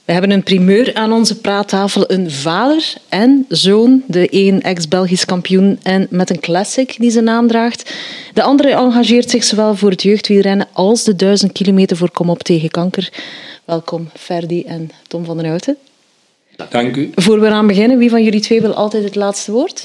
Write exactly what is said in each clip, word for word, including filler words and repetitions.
We hebben een primeur aan onze praattafel. Een vader en zoon. De een ex-Belgisch kampioen en met een classic die zijn naam draagt. De andere engageert zich zowel voor het jeugdwielrennen als de duizend kilometer voor Kom op tegen kanker. Welkom Ferdy en Tom van den Houten. Dank u. Voor we eraan beginnen, wie van jullie twee wil altijd het laatste woord?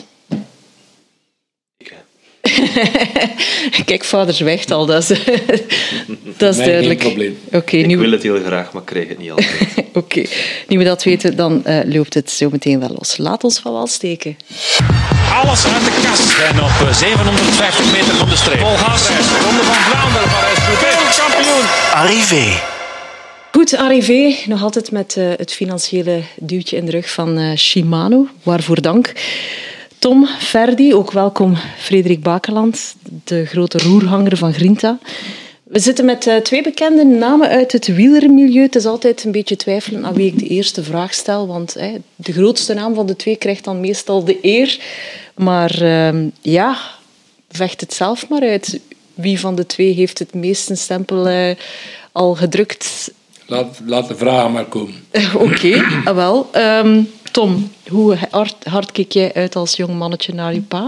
Kijk, vader zwijgt al, dat is, dat is duidelijk. Geen probleem. Okay, ik nu... wil het heel graag, maar ik krijg het niet altijd. Oké, okay. Nu we dat weten, dan uh, loopt het zo meteen wel los. Laat ons van wal steken. Alles uit de kast. En op zevenhonderdvijftig meter van de streep. Vol gas. De Ronde van Vlaanderen. Parijs-Roubaix kampioen. Arrivé. Goed, Arrivé. Nog altijd met uh, het financiële duwtje in de rug van uh, Shimano. Waarvoor dank. Tom, Ferdy, ook welkom Frederik Bakeland, de grote roerhanger van Grinta. We zitten met uh, twee bekende namen uit het wielermilieu. Het is altijd een beetje twijfelen aan wie ik de eerste vraag stel, want hè, de grootste naam van de twee krijgt dan meestal de eer. Maar uh, ja, vecht het zelf maar uit. Wie van de twee heeft het meeste stempel uh, al gedrukt? Laat, laat de vragen maar komen. Oké, okay, wel. Um, Tom, hoe hard, hard keek jij uit als jong mannetje naar je pa?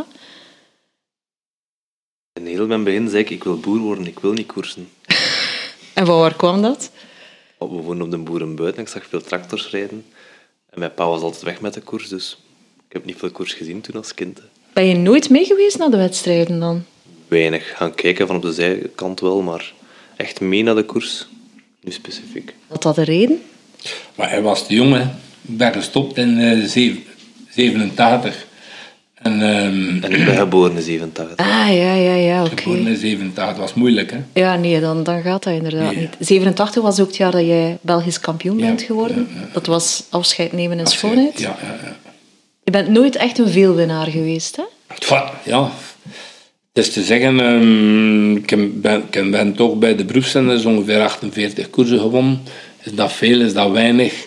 In heel mijn begin zei ik, ik wil boer worden, ik wil niet koersen. En van waar kwam dat? We woonden op de boerenbuiten, ik zag veel tractors rijden. En mijn pa was altijd weg met de koers, dus ik heb niet veel koers gezien toen als kind. Ben je nooit mee geweest naar de wedstrijden dan? Weinig. Gaan kijken van op de zijkant wel, maar echt mee naar de koers, nu specifiek. Had dat een reden? Maar hij was te jong, hè. Ik ben gestopt in uh, zevenentachtig. En, um, en ik ben geboren in zevenentachtig. Ah, ja, ja, ja, oké. Okay. Geboren in zevenentachtig, was moeilijk, hè. Ja, nee, dan, dan gaat dat inderdaad nee, niet. zevenentachtig was ook het jaar dat jij Belgisch kampioen ja, bent geworden. Ja, ja. Dat was afscheid nemen in afscheid, schoonheid. Ja, ja, ja. Je bent nooit echt een veelwinnaar geweest, hè? Ja, het is te zeggen, um, ik, ben, ik ben toch bij de beroepszenders ongeveer achtenveertig koersen gewonnen. Is dat veel, is dat weinig?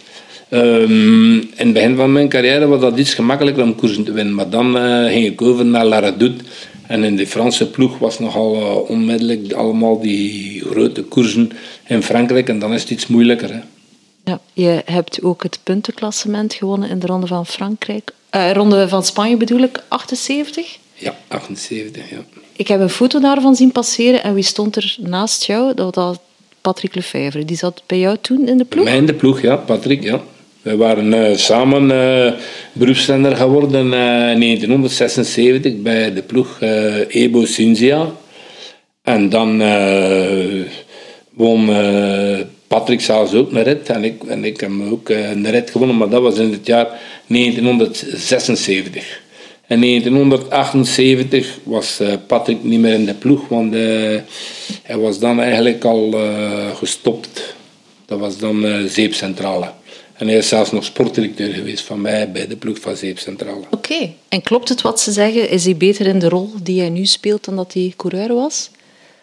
Um, in het begin van mijn carrière was dat iets gemakkelijker om koersen te winnen. Maar dan uh, ging ik over naar La Redoute. En in de Franse ploeg was nogal uh, onmiddellijk allemaal die grote koersen in Frankrijk. En dan is het iets moeilijker. Hè. Ja, je hebt ook het puntenklassement gewonnen in de Ronde van Frankrijk. Uh, Ronde van Spanje bedoel ik, achtenzeventig? Ja, achtenzeventig, ja. Ik heb een foto daarvan zien passeren. En wie stond er naast jou? Dat was Patrick Lefevre. Die zat bij jou toen in de ploeg? Bij mij in de ploeg, ja. Patrick, ja. We waren uh, samen uh, beroepszender geworden in uh, negentien zesenzeventig bij de ploeg uh, Ebo Cinzia. En dan uh, won uh, Patrick zelfs ook een rit. En ik, en ik heb ook uh, een rit gewonnen, maar dat was in het jaar negentien zesenzeventig. In negentien achtenzeventig was uh, Patrick niet meer in de ploeg, want uh, hij was dan eigenlijk al uh, gestopt. Dat was dan uh, Zeepcentrale. En hij is zelfs nog sportdirecteur geweest van mij bij de ploeg van Zeepcentrale. Oké. Okay. En klopt het wat ze zeggen? Is hij beter in de rol die hij nu speelt dan dat hij coureur was?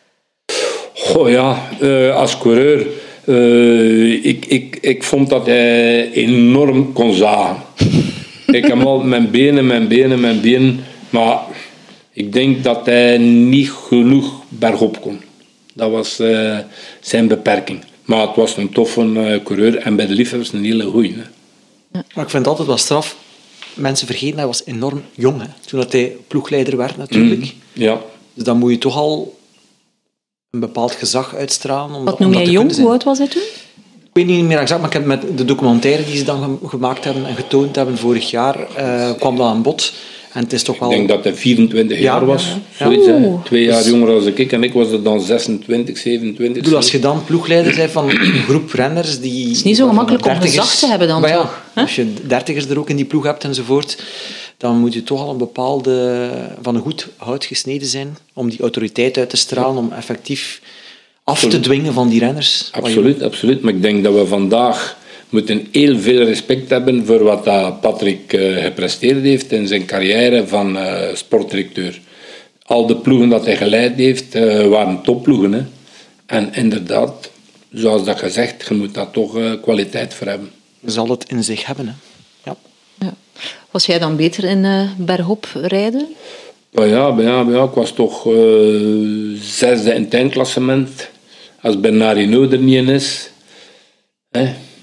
Goh ja, uh, als coureur... Uh, ik, ik, ik vond dat hij enorm kon zagen. Ik heb al mijn benen, mijn benen, mijn benen... Maar ik denk dat hij niet genoeg bergop kon. Dat was uh, zijn beperking. Maar het was een toffe uh, coureur en bij de liefhebbers een hele goeie. Hè. Ja. Maar ik vind het altijd wel straf. Mensen vergeten, hij was enorm jong. Hè, toen dat hij ploegleider werd natuurlijk. Mm, ja. Dus dan moet je toch al een bepaald gezag uitstralen. Om Wat noem jij jong? Hoe oud was hij toen? Ik weet niet meer exact, maar ik heb met de documentaire die ze dan gemaakt hebben en getoond hebben vorig jaar, uh, kwam dat aan bod. En het is toch wel... Ik denk dat hij vierentwintig jaar ja, was. Ja, ja. Zoiets, hè. Twee jaar dus... jonger dan ik. En ik was er dan zesentwintig, zevenentwintig. Ik bedoel, als je dan ploegleider bent van een groep renners die... Het is niet zo gemakkelijk om gezag te hebben dan. Maar ja, toch, als je dertigers er ook in die ploeg hebt enzovoort, dan moet je toch al een bepaalde... van een goed hout gesneden zijn om die autoriteit uit te stralen, ja. Om effectief af absoluut. te dwingen van die renners. Absoluut, absoluut. Maar ik denk dat we vandaag... moeten heel veel respect hebben voor wat Patrick uh, gepresteerd heeft in zijn carrière van uh, sportdirecteur. Al de ploegen dat hij geleid heeft, uh, waren topploegen. Hè. En inderdaad, zoals dat gezegd, je moet daar toch uh, kwaliteit voor hebben. Je zal het in zich hebben. Hè. Ja. Ja. Was jij dan beter in uh, bergop rijden? Ja, ja, ja, ja, ik was toch uh, zesde in het eindklassement. Als Bernard Hinault er niet in is... Hè. Maar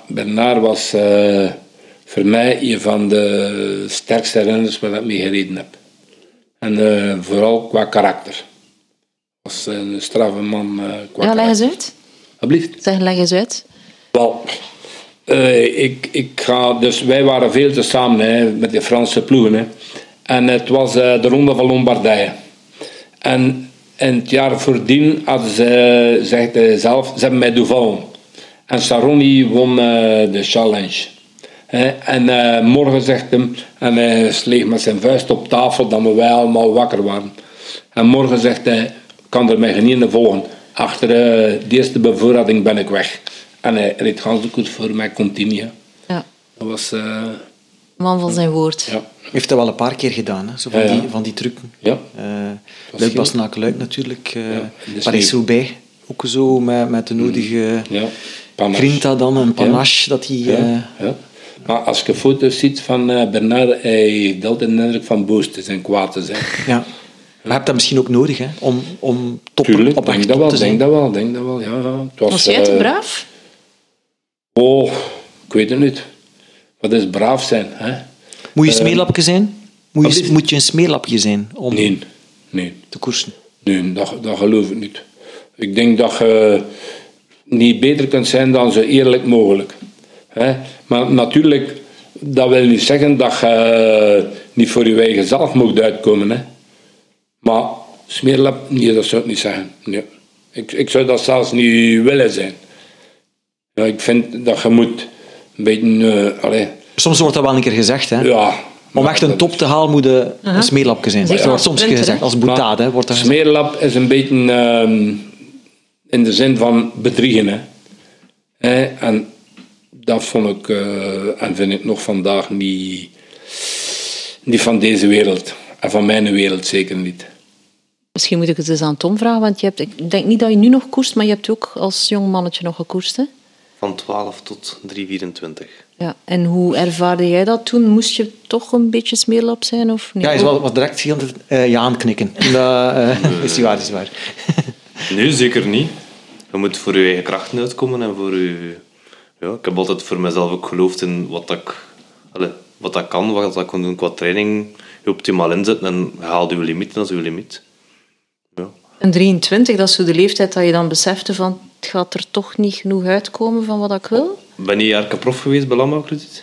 Bernard was uh, voor mij een van de sterkste renners waar ik mee gereden heb. En uh, vooral qua karakter. Was een straffe man uh, qua ja, leg eens karakter. uit. Alsjeblieft. Zeg, leg eens uit. Wel, uh, ik, ik ga, dus wij waren veel te samen hè, met de Franse ploegen. Hè. En het was uh, de Ronde van Lombardije. En in het jaar voordien hadden ze, zegt hij zelf, ze hebben mij Duval. En Saronni won uh, de challenge. He, en uh, morgen zegt hem, en hij sleeg met zijn vuist op tafel dat we wij allemaal wakker waren. En morgen zegt hij, kan er mij geen volgen. Achter uh, de eerste bevoorrading ben ik weg. En hij reed gans de koers voor mij continu. Ja. Dat was... Uh, Man van zijn woord. ja. Heeft dat wel een paar keer gedaan, hè? Zo van, Ja, ja. Die, van die trucken. Ja. Uh, Was Luik heel- Bastenaken-Luik natuurlijk. Uh, Ja, dus Paris-Roubaix. Ook zo met, met de nodige ja. Panache. grinta dan en panache. Dat die, uh, Ja, ja. Maar als je foto's ziet van uh, Bernard, hij heeft altijd de indruk van boos te zijn, kwaad te zijn. ja. Maar je hebt dat misschien ook nodig, hè? Om, om top, Tuurlijk, op denk echt dat top wel, te zijn. denk dat wel, denk dat wel, ja. ja. Het was, Was jij te eh, braaf? Oh, ik weet het niet. Wat is braaf zijn, hè? Moet je een smeerlapje zijn? Moet je, alsjeblieft. moet je een smeerlapje zijn om Nee, nee, te koersen? nee, dat, dat geloof ik niet. Ik denk dat je niet beter kunt zijn dan zo eerlijk mogelijk. Hè? Maar natuurlijk, dat wil niet zeggen dat je niet voor je eigen zelf moet uitkomen. Hè? Maar smeerlap, nee, dat zou ik niet zeggen. Nee. Ik, ik zou dat zelfs niet willen zijn. Ja, ik vind dat je moet een beetje... Uh, allez, Soms wordt dat wel een keer gezegd, hè? ja, Om maar echt een dat- top te halen moet je een smeerlapje zijn. Zeker Dat wordt als soms sprinter, gezegd, hè? als boetade. Hè, wordt dat gezegd. Smeerlap is een beetje ehm, in de zin van bedriegen. Hè. Hè, en dat vond ik eh, en vind ik nog vandaag niet, niet van deze wereld. En van mijn wereld zeker niet. Misschien moet ik het eens aan Tom vragen, want je hebt, ik denk niet dat je nu nog koerst, maar je hebt ook als jong mannetje nog gekoerst, hè? Van twaalf tot drie vierentwintig. Ja. En hoe ervaarde jij dat toen? Moest je toch een beetje smeerlap zijn? Of niet? Ja, je zal wat direct heel uh, ja aanknikken. Dat uh, is niet waar, is waar. Nee, zeker niet. Je moet voor je eigen krachten uitkomen en voor je... Ja, ik heb altijd voor mezelf ook geloofd in wat ik, allez, wat ik kan, wat ik kan doen qua training. Je optimaal inzetten en je haalt je limiet, dat is je limiet. Ja. En drieëntwintig, dat is zo de leeftijd dat je dan besefte van het gaat er toch niet genoeg uitkomen van wat ik wil? Ik ben een jaar prof geweest bij Landbouwkrediet.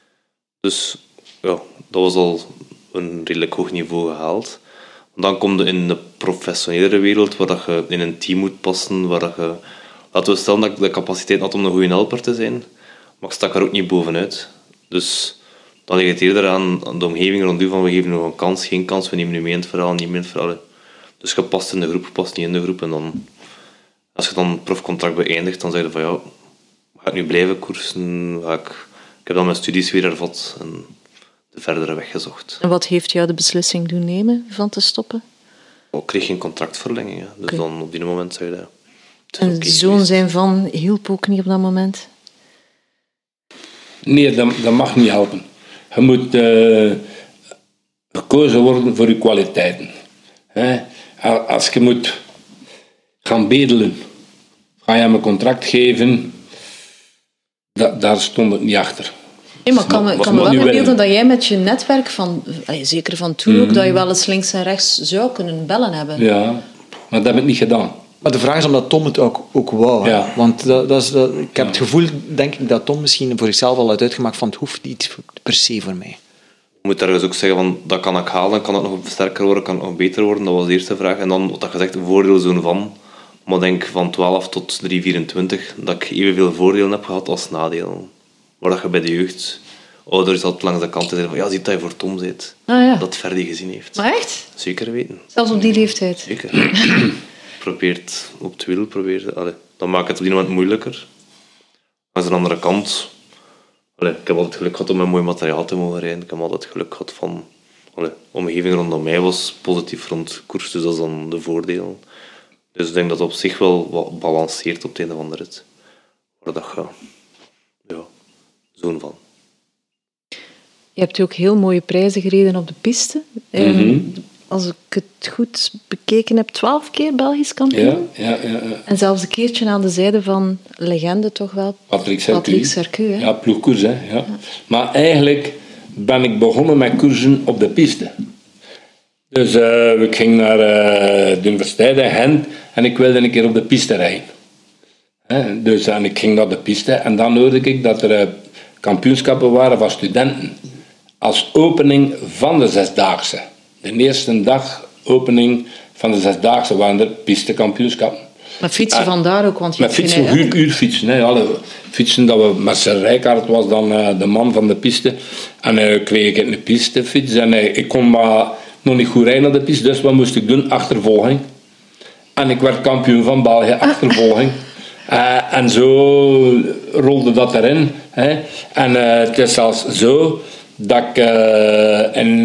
Dus ja, dat was al een redelijk hoog niveau gehaald. Dan kom je in de professionele wereld, waar dat je in een team moet passen, waar dat je... Laten we stellen dat ik de capaciteit had om een goede helper te zijn, maar ik stak er ook niet bovenuit. Dus dan ligt het eerder aan, aan de omgeving rond u van we geven nog een kans, geen kans, we nemen nu mee in het verhaal, niet mee in het verhaal. Dus je past in de groep, je past niet in de groep. En dan, als je dan een profcontract beëindigt, dan zeg je van ja, ga ik nu blijven koersen? Ga ik, ik heb dan mijn studies weer hervat en de verdere weg gezocht. En wat heeft jou de beslissing doen nemen van te stoppen? Ik kreeg geen contractverlenging, hè. Dus Oké. dan op die moment zei je dat. het is En oké zoon geweest. zijn van hielp ook niet op dat moment? Nee, dat, dat mag niet helpen. Je moet eh, gekozen worden voor je kwaliteiten. Hè? Als je moet gaan bedelen, ga je hem een contract geven, da, daar stond het niet achter. Nee, maar ik kan me, Was kan me maar wel niet inbeelden willen. dat jij met je netwerk van, allee, zeker van toen ook, dat je wel eens links en rechts zou kunnen bellen hebben. Ja, maar dat heb ik niet gedaan. Maar de vraag is omdat Tom het ook, ook wou. hè. Ja. Want dat, dat is, dat, ik heb het gevoel, denk ik, dat Tom misschien voor zichzelf al had uitgemaakt van het hoeft niet per se voor mij. Je moet ergens ook zeggen van dat kan ik halen, kan het nog sterker worden, kan het nog beter worden. Dat was de eerste vraag. En dan wat dat gezegd, voordeelzoon van. Maar denk van twaalf tot drie vierentwintig dat ik evenveel voordelen heb gehad als nadelen. Maar dat je bij de jeugd ouders altijd langs de kant zeggen van ja, ziet dat je voor Tom zit. Ah, ja. Dat Ferdi gezien heeft. Maar echt? Zeker weten. Zelfs op die leeftijd? Zeker. probeert op het wiel, probeert... Allee, dan maakt het op die moment moeilijker. Aan de andere kant... Allee, ik heb altijd geluk gehad om met mooi materiaal te mogen rijden. Ik heb altijd geluk gehad van... Allee, de omgeving rondom mij was positief rond koers, dus dat is dan de voordeel. Dus ik denk dat het op zich wel wat balanceert op het einde van de rit. Waar dat gaat. Ja, zo'n van. Je hebt ook heel mooie prijzen gereden op de piste. Mhm. Ehm, als ik het goed bekeken heb, twaalf keer Belgisch kampioen. Ja, ja, ja, ja. En zelfs een keertje aan de zijde van legende toch wel. Patrick Sercu. Patrick Sercu, hè? Ja, ploegkoers, hè. Ja. Ja. Maar eigenlijk ben ik begonnen met koersen op de piste. Dus uh, ik ging naar uh, de universiteit in Gent en ik wilde een keer op de piste rijden. He, dus en ik ging naar de piste en dan hoorde ik dat er uh, kampioenschappen waren van studenten. Als opening van de Zesdaagse. De eerste dag opening van de Zesdaagse waren er pistekampioenschappen. Met fietsen vandaar ook, want je met fietsen, uur, uurfietsen. Hè. Alle fietsen dat we met zijn Rijkaard was dan uh, de man van de piste. En uh, kreeg ik een pistefiets en uh, ik kon maar nog niet goed rijden op de piste, dus wat moest ik doen? Achtervolging. En ik werd kampioen van België, achtervolging. Uh, en zo rolde dat erin. Hè. En uh, het is zelfs zo dat ik uh, in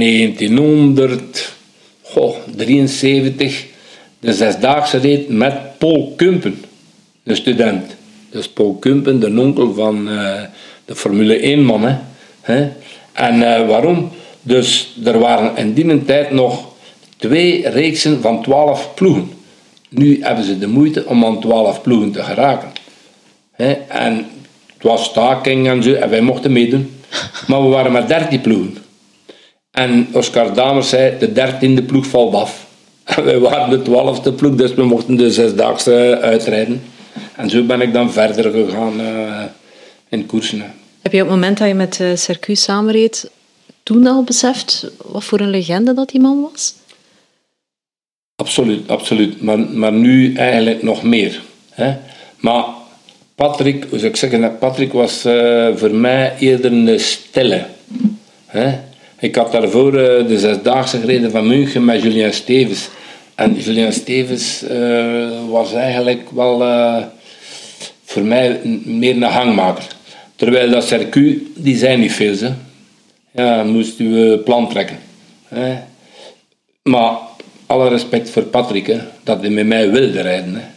negentienhonderddrieënzeventig de Zesdaagse reed met Paul Kumpen, de student. Dus Paul Kumpen, de onkel van uh, de Formule één man. Hè. Hè. En uh, waarom? Dus er waren in die tijd nog twee reeksen van twaalf ploegen. Nu hebben ze de moeite om aan twaalf ploegen te geraken. He, en het was staking en zo, en wij mochten meedoen. Maar we waren met dertien ploegen. En Oscar Damers zei, de dertiende ploeg valt af. En wij waren de twaalfde ploeg, dus we mochten de Zesdaagse uitrijden. En zo ben ik dan verder gegaan uh, in koersen. Heb je op het moment dat je met uh, Sercu samenreed toen al beseft wat voor een legende dat die man was? Absoluut, absoluut. Maar, maar nu eigenlijk nog meer. Hè? Maar Patrick, hoe zou ik zeggen, Patrick was uh, voor mij eerder een stille. Hè? Ik had daarvoor uh, de Zesdaagse gereden van München met Julien Stevens. En Julien Stevens uh, was eigenlijk wel uh, voor mij meer een hangmaker. Terwijl dat Sercu, die zei niet veel. Hè? Ja, moest u plan trekken. Hè? Maar alle respect voor Patrick, hè, dat hij met mij wilde rijden. Hè.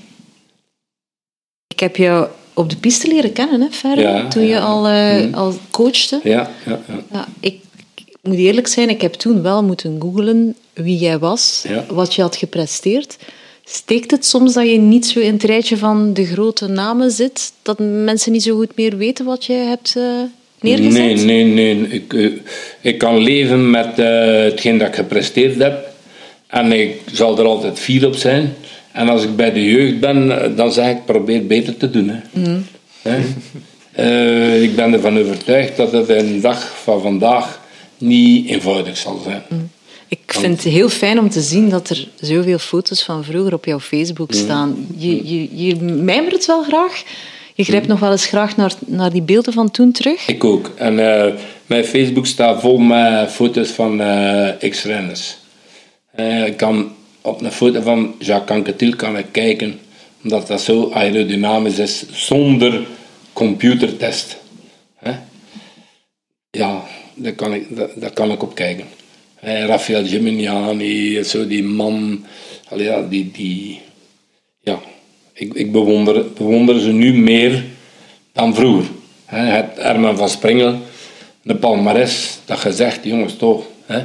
Ik heb jou op de piste leren kennen, hè, Ferry, ja, toen je ja, al, uh, mm. al coachte. Ja, ja, ja. Ja, ik, ik moet eerlijk zijn, ik heb toen wel moeten googlen wie jij was, ja. wat je had gepresteerd. Steekt het soms dat je niet zo in het rijtje van de grote namen zit, dat mensen niet zo goed meer weten wat je hebt uh, neergezet? Nee, nee, nee. Ik, uh, ik kan leven met uh, hetgeen dat ik gepresteerd heb. En ik zal er altijd fier op zijn. En als ik bij de jeugd ben, dan zeg ik, probeer beter te doen. Hè. Mm. Hè? Uh, ik ben ervan overtuigd dat het een dag van vandaag niet eenvoudig zal zijn. Mm. Ik vind het heel fijn om te zien dat er zoveel foto's van vroeger op jouw Facebook staan. Mm. Je, je, je mijmert wel graag. Je grijpt mm. nog wel eens graag naar, naar die beelden van toen terug. Ik ook. En uh, mijn Facebook staat vol met foto's van uh, ex-renners. Uh, ik kan op een foto van Jacques Anquetil kan ik kijken, omdat dat zo aerodynamisch is, zonder computertest. He? Ja, daar kan ik, daar, daar kan ik op kijken. Uh, Raffaele Gimignani, zo die man, allee, ja, die, die, ja, ik, ik bewonder, bewonder ze nu meer dan vroeger. He? Het Herman van Sprengel, de palmares, dat gezegd, jongens toch. He?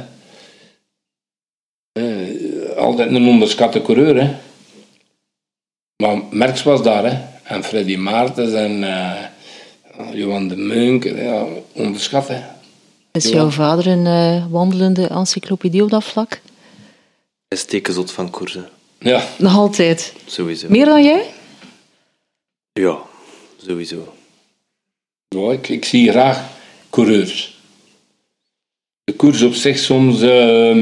Uh, altijd een onderschatte coureur, hè. Maar Merckx was daar, hè. En Freddy Maartens en uh, Johan de Munk, ja, onderschat, hè. Is Johan. Jouw vader een uh, wandelende encyclopedie op dat vlak? Hij is tekenzot van koersen. Ja. Nog altijd? Sowieso. Meer dan jij? Ja, sowieso. Ja, ik, ik zie graag coureurs. De koers op zich soms... Uh,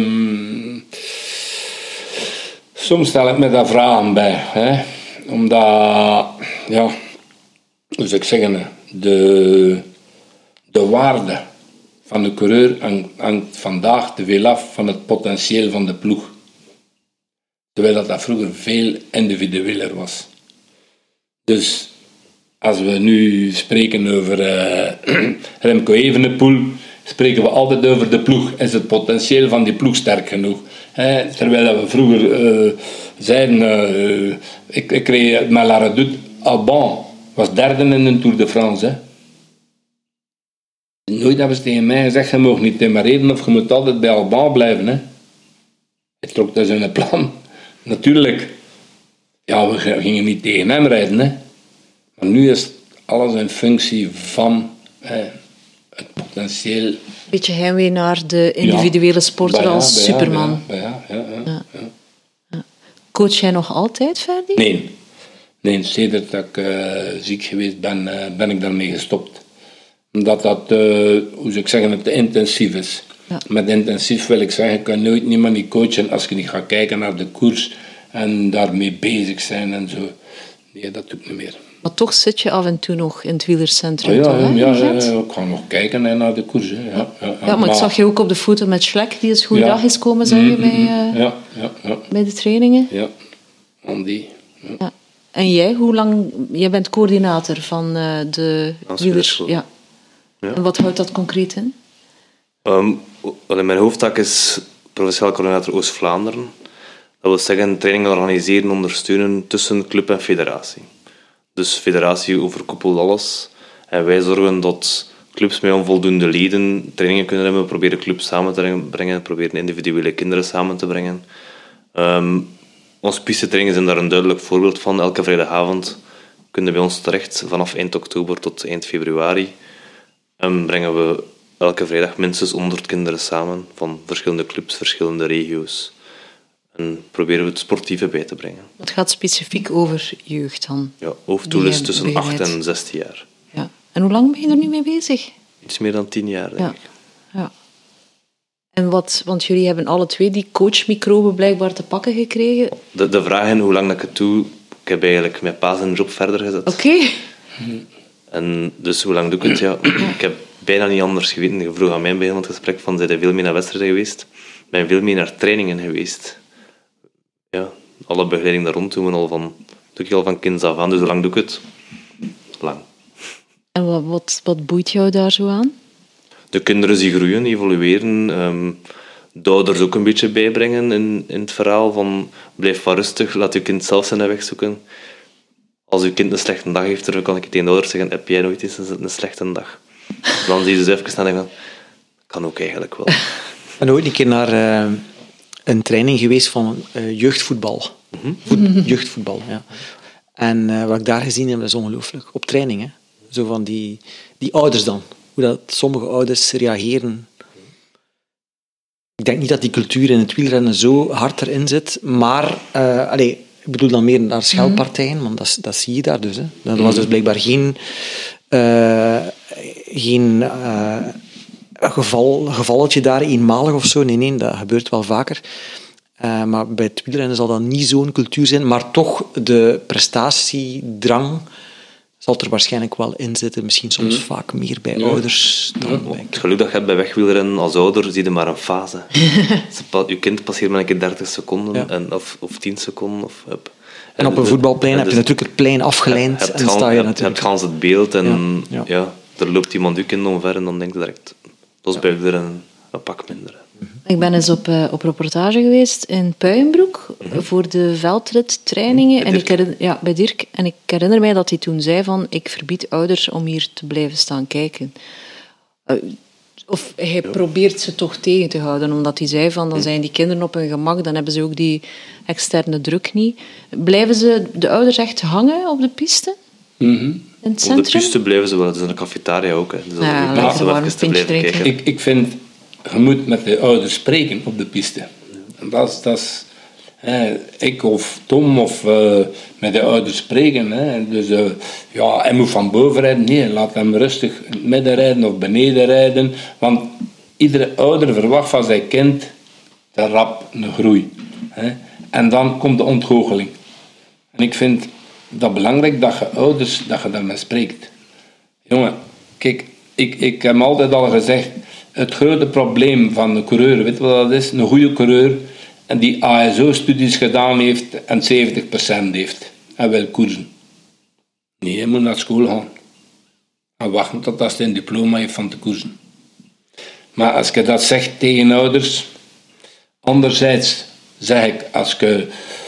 Soms stel ik me daar vragen bij. Hè? Omdat, ja, hoe zou ik zeggen, de, de waarde van de coureur hangt vandaag te veel af van het potentieel van de ploeg. Terwijl dat, dat vroeger veel individueler was. Dus als we nu spreken over uh, Remco Evenepoel, spreken we altijd over de ploeg. Is het potentieel van die ploeg sterk genoeg? He, terwijl we vroeger uh, zeiden, uh, ik, ik kreeg met La Redoute, Alban was derde in de Tour de France. Hè. Nooit hebben ze tegen mij gezegd, je mag niet demareren of je moet altijd bij Alban blijven. Hè. Hij trok dus in een plan. Natuurlijk, ja, we gingen niet tegen hem rijden, hè. Maar nu is alles in functie van hè, het potentieel. Beetje heimwee naar de individuele sporter ja, als ja, Superman. Ja, ja, ja, ja, ja. Ja. Ja. Coach jij nog altijd, Ferdy? Nee. Nee, sedert dat ik uh, ziek geweest ben, uh, ben ik daarmee gestopt. Omdat dat, uh, hoe zou ik zeggen, het te intensief is. Ja. Met intensief wil ik zeggen, ik kan nooit niemand niet coachen als je niet gaat kijken naar de koers en daarmee bezig zijn en zo. Nee, dat doe ik niet meer. Maar toch zit je af en toe nog in het wielercentrum, oh, ja, toch, hè? Ja, ja, ja, ik ga nog kijken hè, naar de koers. Hè. Ja, ja, ja, ja, maar, maar ik zag je ook op de foto met Schlek, die eens goeiedag ja. is komen zeggen mm-hmm. bij, uh, ja, ja, ja. bij de trainingen. Ja, Andy. Ja. Ja. En jij, hoe lang... Jij bent coördinator van uh, de wielers... Ja. Ja. En wat houdt dat concreet in? Um, in mijn hoofdtak is provinciaal coördinator Oost-Vlaanderen. Dat wil zeggen trainingen organiseren, ondersteunen tussen club en federatie. Dus federatie overkoepelt alles. En wij zorgen dat clubs met onvoldoende leden trainingen kunnen hebben. We proberen clubs samen te brengen. We proberen individuele kinderen samen te brengen. Um, onze pistetrainingen zijn daar een duidelijk voorbeeld van. Elke vrijdagavond kunnen bij ons terecht vanaf eind oktober tot eind februari. En brengen we elke vrijdag minstens honderd kinderen samen van verschillende clubs, verschillende regio's. En proberen we het sportieve bij te brengen. Het gaat specifiek over jeugd dan? Ja, hoofddoel is tussen acht en zestien jaar. Ja. En hoe lang ben je er nu mee bezig? Iets meer dan tien jaar, denk ja. ik. Ja. En wat, want jullie hebben alle twee die coachmicroben blijkbaar te pakken gekregen. De, de vraag in hoe lang dat ik het doe, ik heb eigenlijk mijn paas in de job verder gezet. Oké. Okay. En dus hoe lang doe ik het? Ja, ik heb bijna niet anders geweten. Je vroeg aan mij bij het gesprek van, zijn er veel meer naar wedstrijden geweest? Ik ben veel meer naar trainingen geweest. Ja, alle begeleiding daar rond doen we al van, doe ik al van kinds af aan. Dus hoe lang doe ik het? Lang. En wat, wat, wat boeit jou daar zo aan? De kinderen die groeien, evolueren. Um, de ouders ook een beetje bijbrengen in, in het verhaal van blijf van rustig, laat je kind zelf zijn weg zoeken. Als je kind een slechte dag heeft, dan kan ik tegen de ouders zeggen, heb jij nooit eens een slechte dag? Dan zie je dus even staan en denken, kan ook eigenlijk wel. Ik ben ooit een keer naar uh, een training geweest van uh, jeugdvoetbal. Mm-hmm. Voet, jeugdvoetbal, ja. En uh, wat ik daar gezien heb, dat is ongelooflijk. Op training, hè. Zo van die, die ouders dan. Hoe dat sommige ouders reageren. Ik denk niet dat die cultuur in het wielrennen zo hard erin zit, maar uh, allez, ik bedoel dan meer naar scheldpartijen, want dat, dat zie je daar dus. Hè. Dat was dus blijkbaar geen, uh, geen uh, geval, gevalletje daar, eenmalig of zo. Nee, nee, dat gebeurt wel vaker. Uh, maar bij het wielrennen zal dat niet zo'n cultuur zijn, maar toch de prestatiedrang zal er waarschijnlijk wel in zitten. Misschien soms mm. vaak meer bij ja. ouders dan ja. bij... Het geluk dat je hebt bij wegwielrennen als ouder, zie je maar een fase. Je kind passeert maar een keer dertig seconden, ja. en, of, of tien seconden. Of, en, en op een voetbalplein heb je natuurlijk het plein afgelijnd. Je hebt, en sta je je natuurlijk... hebt gans het beeld en ja. Ja. Ja, er loopt iemand je kind omver en dan denk je direct, dat is ja. bij wielrennen een pak minder. Ik ben eens op, uh, op reportage geweest in Puijenbroek mm-hmm. voor de veldrittrainingen. Bij en ik herinner, ja, bij Dirk. En ik herinner mij dat hij toen zei van, ik verbied ouders om hier te blijven staan kijken. Uh, of hij ja. probeert ze toch tegen te houden, omdat hij zei van, dan zijn die kinderen op hun gemak, dan hebben ze ook die externe druk niet. Blijven ze de ouders echt hangen op de piste? Mm-hmm. In het centrum? Op de piste blijven ze wel, dat is in de cafetaria ook. Hè. Dus ja, dat is lekker warm pintje drinken. Ik, ik vind... Je moet met de ouders spreken op de piste. En dat is, dat is eh, ik of Tom of uh, met de ouders spreken. Hè. Dus uh, ja, hij moet van boven rijden. Nee, laat hem rustig in het midden rijden of beneden rijden. Want iedere ouder verwacht van zijn kind te rap een groei. Hè. En dan komt de ontgoocheling. En ik vind dat belangrijk dat je ouders, dat je daarmee spreekt. Jongen, kijk, ik, ik heb altijd al gezegd, het grote probleem van een coureur, weet je wat dat is? Een goede coureur en die A S O-studies gedaan heeft en zeventig procent heeft en wil koersen. Nee, je moet naar school gaan. En wachten tot hij een diploma heeft van te koersen. Maar als je dat zegt tegen ouders, anderzijds zeg ik, als je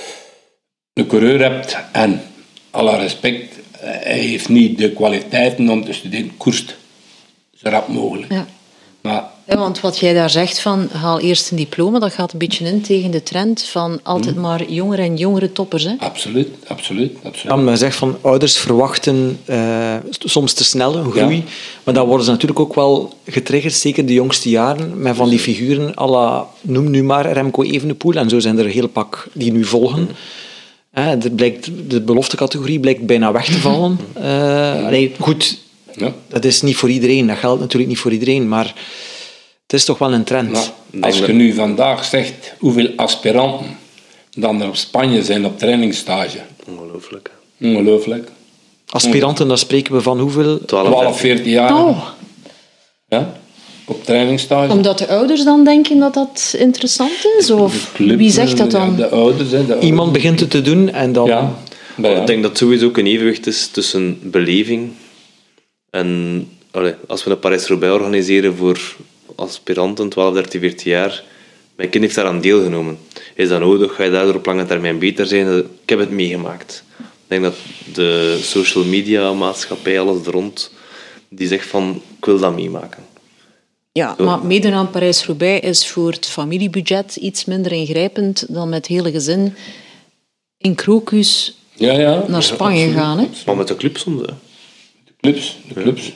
een coureur hebt en, alle respect, hij heeft niet de kwaliteiten om te studeren, koerst zo rap mogelijk. Ja. Maar Ja, want wat jij daar zegt van haal eerst een diploma, dat gaat een beetje in tegen de trend van altijd maar jongere en jongere toppers. Hè? absoluut, absoluut, absoluut. Ja, men zegt van ouders verwachten uh, soms te snel een groei, Ja. maar dan worden ze natuurlijk ook wel getriggerd, zeker de jongste jaren, met van die figuren à la, noem nu maar Remco Evenepoel, en zo zijn er een heel pak die nu volgen. Uh, er blijkt, de beloftecategorie blijkt bijna weg te vallen. Uh, allee, goed, Ja. dat is niet voor iedereen, dat geldt natuurlijk niet voor iedereen, maar het is toch wel een trend. Maar als je nu vandaag zegt hoeveel aspiranten dan er op Spanje zijn op trainingsstage. Ongelooflijk. Ongelooflijk. Aspiranten, dan spreken we van hoeveel? twaalf, veertien jaar. Oh, Ja, op trainingsstage. omdat de ouders dan denken dat dat interessant is? Of Club, wie zegt dat ja, dan? de ouders. Hè, de ouders. Iemand begint het te doen en dan... Ja. Ja, ja. Ik denk dat het sowieso ook een evenwicht is tussen beleving en... Allee, als we een Parijs-Roubaix organiseren voor aspiranten, twaalf, dertien, veertien jaar, mijn kind heeft daaraan deelgenomen. Is dat nodig? Ga je daardoor op lange termijn beter zijn? Ik heb het meegemaakt. Ik denk dat de social media maatschappij, alles er rond, die zegt van, ik wil dat meemaken. Ja, maar meedoen aan Parijs-Roubaix is voor het familiebudget iets minder ingrijpend dan met het hele gezin in Crocus Ja, ja. naar Spanje Ja, gaan. Hè? Maar met de club soms, hè. De clubs, de clubs.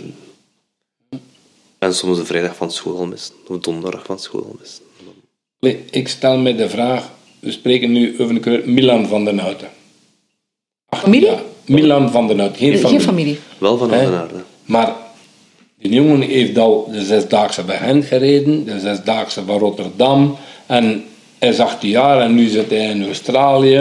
En soms de vrijdag van school al missen, of de donderdag van school al missen. Nee, ik stel me de vraag, we spreken nu over een keer Milan van den Houten. Familie? Ja, Milan van den Houten, geen familie. Geen familie. Wel van Hè? Oudenaarde. Maar die jongen heeft al de zesdaagse bij Gent gereden, de zesdaagse van Rotterdam. En hij is achttien jaar en nu zit hij in Australië.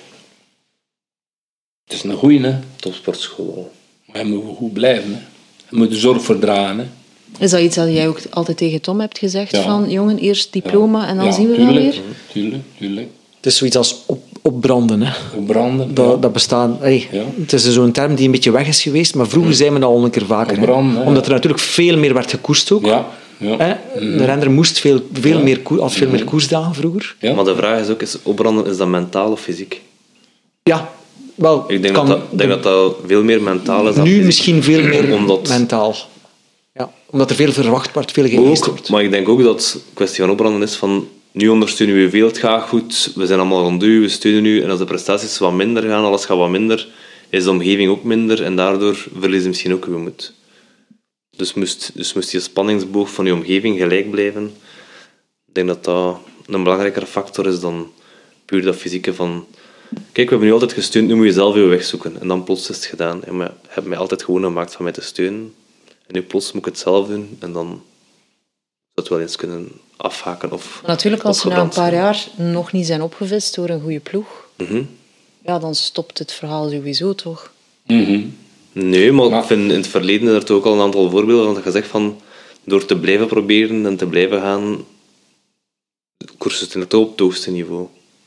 Het is een goeie, hè. Topsportschool. Maar hij moet goed blijven, hè. Hij moet er zorg voor dragen, hè. Is dat iets dat jij ook altijd tegen Tom hebt gezegd? Ja. Van jongen, eerst diploma en dan Ja, zien we wel tuurlijk, weer? Tuurlijk, tuurlijk. Het is zoiets als op, opbranden. Hè. Opbranden. Dat, ja. dat bestaat, hey, Ja. Het is zo'n term die een beetje weg is geweest, maar vroeger zei men al een keer vaker. hè. Opbranden, hè. Omdat er natuurlijk veel meer werd gekoerst ook. Ja, ja. Hè. De renner moest veel, veel meer, koer, had veel meer koersdagen vroeger. Ja. Maar de vraag is ook, is opbranden, is dat mentaal of fysiek? Ja, wel, Ik denk, kan dat, dat, ik denk dat dat veel meer mentaal is dan nu fysiek. misschien veel meer Omdat- mentaal. Ja, omdat er veel verwacht wordt, veel geëist Ook, wordt. maar ik denk ook dat het een kwestie van opbranden is van nu ondersteunen we veel, het gaat goed, we zijn allemaal rond u, we steunen u en als de prestaties wat minder gaan, alles gaat wat minder, is de omgeving ook minder en daardoor verlies je misschien ook uw moed. Dus moest, dus moest je spanningsboog van je omgeving gelijk blijven. Ik denk dat dat een belangrijkere factor is dan puur dat fysieke van kijk, we hebben nu altijd gesteund, nu moet je zelf je weg zoeken. En dan plots is het gedaan. En je hebt mij altijd gewoon gemaakt van mij te steunen. En nu plots moet ik het zelf doen. En dan zou het wel eens kunnen afhaken of Maar natuurlijk, als ze na een opgebrand paar zijn. jaar nog niet zijn opgevist door een goede ploeg, Mhm. ja, dan stopt het verhaal sowieso, toch? Mhm. Nee, maar Maar- ik vind in het verleden er toch ook al een aantal voorbeelden van dat je zegt van door te blijven proberen en te blijven gaan, koersen het inderdaad op het hoogste niveau.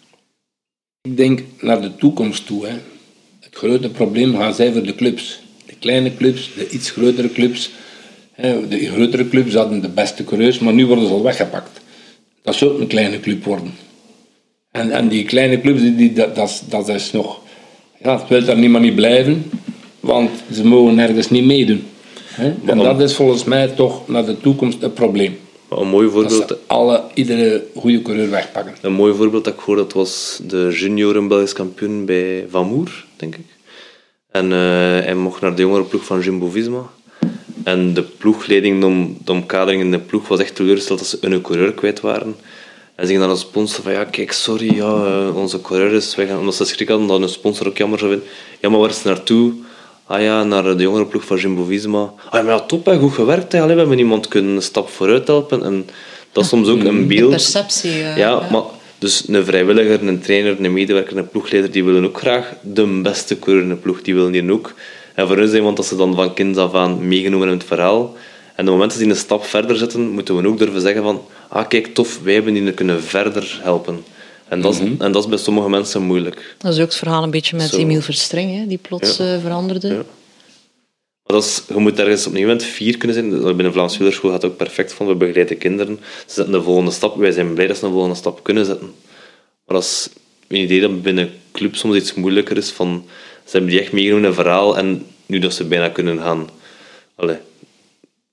Ik denk naar de toekomst toe. Hè. Het grote probleem gaat zijn voor de clubs. De kleine clubs, de iets grotere clubs. Hè, de grotere clubs hadden de beste coureurs, maar nu worden ze al weggepakt. Dat zou ook een kleine club worden. En, en die kleine clubs, die, die, dat, dat, is- dat is nog... Ja, het wil daar niet maar niet blijven, want ze mogen nergens niet meedoen. Hè. En dat is volgens mij toch naar de toekomst een probleem. Maar een mooi Dat voorbeeld, ze alle, iedere goede coureur wegpakken. een mooi voorbeeld dat ik hoorde, dat was de junioren Belgisch kampioen bij Van Moer, denk ik. En eh, hij mocht naar de jongerenploeg van Jumbo-Visma. En de ploegleiding, de, om, de omkadering in de ploeg was echt teleurgesteld dat ze een coureur kwijt waren. En ze gingen naar een sponsor van, ja, kijk, sorry, ja, eh, onze coureur is weg. Omdat ze schrik hadden dat een sponsor ook jammer zou vinden. Ja, maar waar is het naartoe? Ah ja, naar de jongerenploeg van Jumbo-Visma. Ah ja, maar ja, top, hè, goed gewerkt. Hè. Allee, we hebben iemand kunnen een stap vooruit helpen. En dat is soms ook een De beeld. perceptie. eh, Ja, maar dus een vrijwilliger, een trainer, een medewerker, een ploegleider, die willen ook graag de beste coureur in de ploeg. Die willen die ook. En voor hun zijn, want dat ze dan van kinds af aan meegenomen in het verhaal. En op het moment dat ze een stap verder zetten, moeten we ook durven zeggen van ah, kijk, tof, wij hebben die kunnen verder helpen. En dat, is, en dat is bij sommige mensen moeilijk. Dat is ook het verhaal een beetje met Zo. Emiel Verstreng, hè, die plots Ja. eh, veranderde. Ja. Maar dat is, je moet ergens op een moment vier kunnen zijn. Binnen Vlaams Wielerschool gaat het ook perfect van. We begeleiden kinderen. Ze zetten de volgende stap. Wij zijn blij dat ze een volgende stap kunnen zetten. Maar dat is een idee dat binnen club soms iets moeilijker is. Van, ze hebben die echt meegenomen in een verhaal en nu dat ze bijna kunnen gaan. Allee,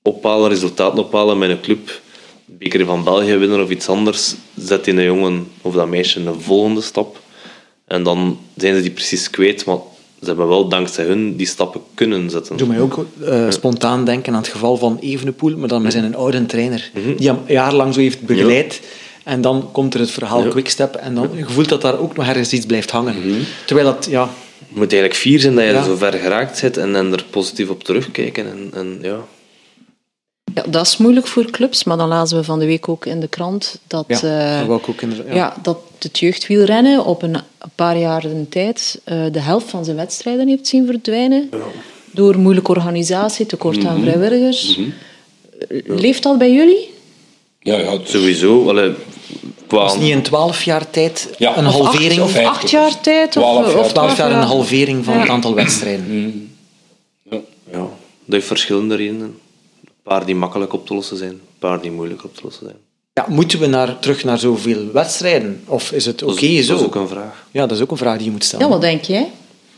ophalen, resultaten ophalen met een club, beker van België winnen of iets anders, zet die een jongen of dat meisje een volgende stap. En dan zijn ze die precies kwijt, maar ze hebben wel dankzij hun die stappen kunnen zetten. Doe mij ook uh, spontaan denken aan het geval van Evenepoel, maar dan met zijn een oude trainer, mm-hmm. die hem jarenlang zo heeft begeleid. Ja. En dan komt er het verhaal ja. Quickstep en dan je voelt dat daar ook nog ergens iets blijft hangen. Mm-hmm. Terwijl dat, ja... Je moet eigenlijk fier zijn dat je ja. er zo ver geraakt zit en, en er positief op terugkijken. En, en, ja. Ja, dat is moeilijk voor clubs, maar dan lazen we van de week ook in de krant dat, ja, uh, dat, ook in de, ja. Ja, dat het jeugdwielrennen op een paar jaar in tijd uh, de helft van zijn wedstrijden heeft zien verdwijnen. Ja. Door moeilijke organisatie, tekort aan mm-hmm. vrijwilligers. Mm-hmm. Ja. Leeft dat bij jullie? Ja, ja sowieso. Allee, was niet in twaalf jaar tijd ja. een of halvering? Acht, of acht jaar tijd? Of twaalf jaar, of twaalf jaar een halvering van ja. het aantal wedstrijden. Mm. Ja. Ja, dat heeft verschillende redenen. Een paar die makkelijk op te lossen zijn, een paar die moeilijk op te lossen zijn. Ja, moeten we naar, terug naar zoveel wedstrijden? Of is het oké okay zo? Dat is ook een vraag. Ja, dat is ook een vraag die je moet stellen. Ja, wat denk jij?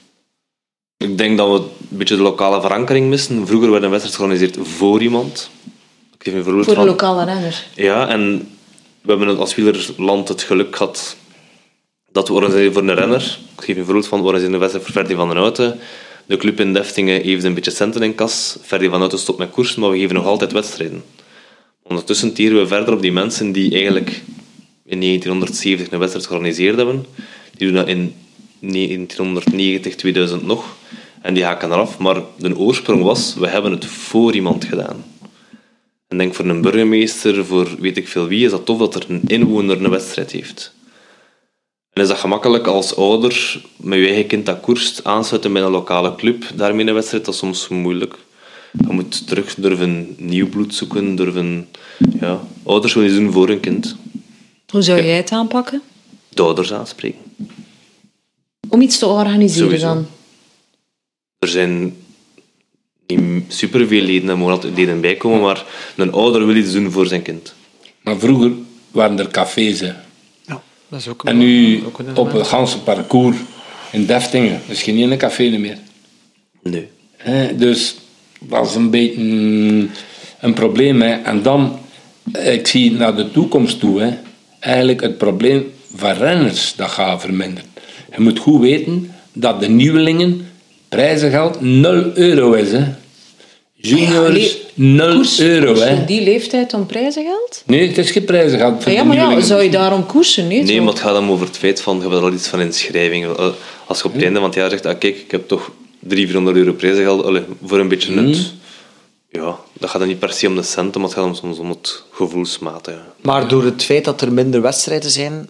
Ik denk dat we een beetje de lokale verankering missen. Vroeger werd een wedstrijd georganiseerd voor iemand. Ik geef een voorbeeld voor van. de lokale renner. Ja, en we hebben als wielerland het geluk gehad dat we organiseren voor een renner. Ik geef een voorbeeld van, we organiseren een wedstrijd voor Ferdy van den Houten. De club in Deftingen heeft een beetje centen in kas. Ferdy van Houten stopt met koersen, maar we geven nog altijd wedstrijden. Ondertussen tieren we verder op die mensen die eigenlijk in negentienhonderdzeventig een wedstrijd georganiseerd hebben. Die doen dat in negentienhonderdnegentig, tweeduizend nog. En die haken eraf. Maar de oorsprong was, we hebben het voor iemand gedaan. En denk voor een burgemeester, voor weet ik veel wie, is dat tof dat er een inwoner een wedstrijd heeft. En is dat gemakkelijk als ouder met je eigen kind dat koerst aansluiten bij een lokale club, daarmee een wedstrijd, dat is soms moeilijk. Je moet terug durven nieuw bloed zoeken, durven... Ja, ouders willen iets doen voor hun kind. Hoe zou jij het aanpakken? De ouders aanspreken. Om iets te organiseren Sowieso. dan? Er zijn niet superveel leden, er mogen altijd leden bijkomen, maar een ouder wil iets doen voor zijn kind. Maar vroeger waren er cafés. Hè. Ja, dat is ook een, en nu ook een op het ganse parcours in Deftingen is geen ene café meer. Nee. He, dus dat is een beetje een, een probleem. Hè. En dan, ik zie naar de toekomst toe, hè, eigenlijk het probleem van renners dat gaat verminderen. Je moet goed weten dat de nieuwelingen prijzengeld nul euro is. Hè. Juniors nul koers, euro. Koers, hè. die leeftijd om prijzengeld? Nee, het is geen prijzengeld. Voor Ja, de maar ja, nieuwelingen. zou je daarom koersen? Nee, Nee, zo. maar het gaat hem over het feit van, je hebt er al iets van inschrijving. Als je op het einde van het jaar zegt, ah, kijk, ik heb toch driehonderd, vierhonderd euro prijzengeld, allee, voor een beetje nut. Mm. Ja, dat gaat dan niet per se om de centen, maar het gaat soms om het gevoelsmaat. Ja. Maar door het feit dat er minder wedstrijden zijn,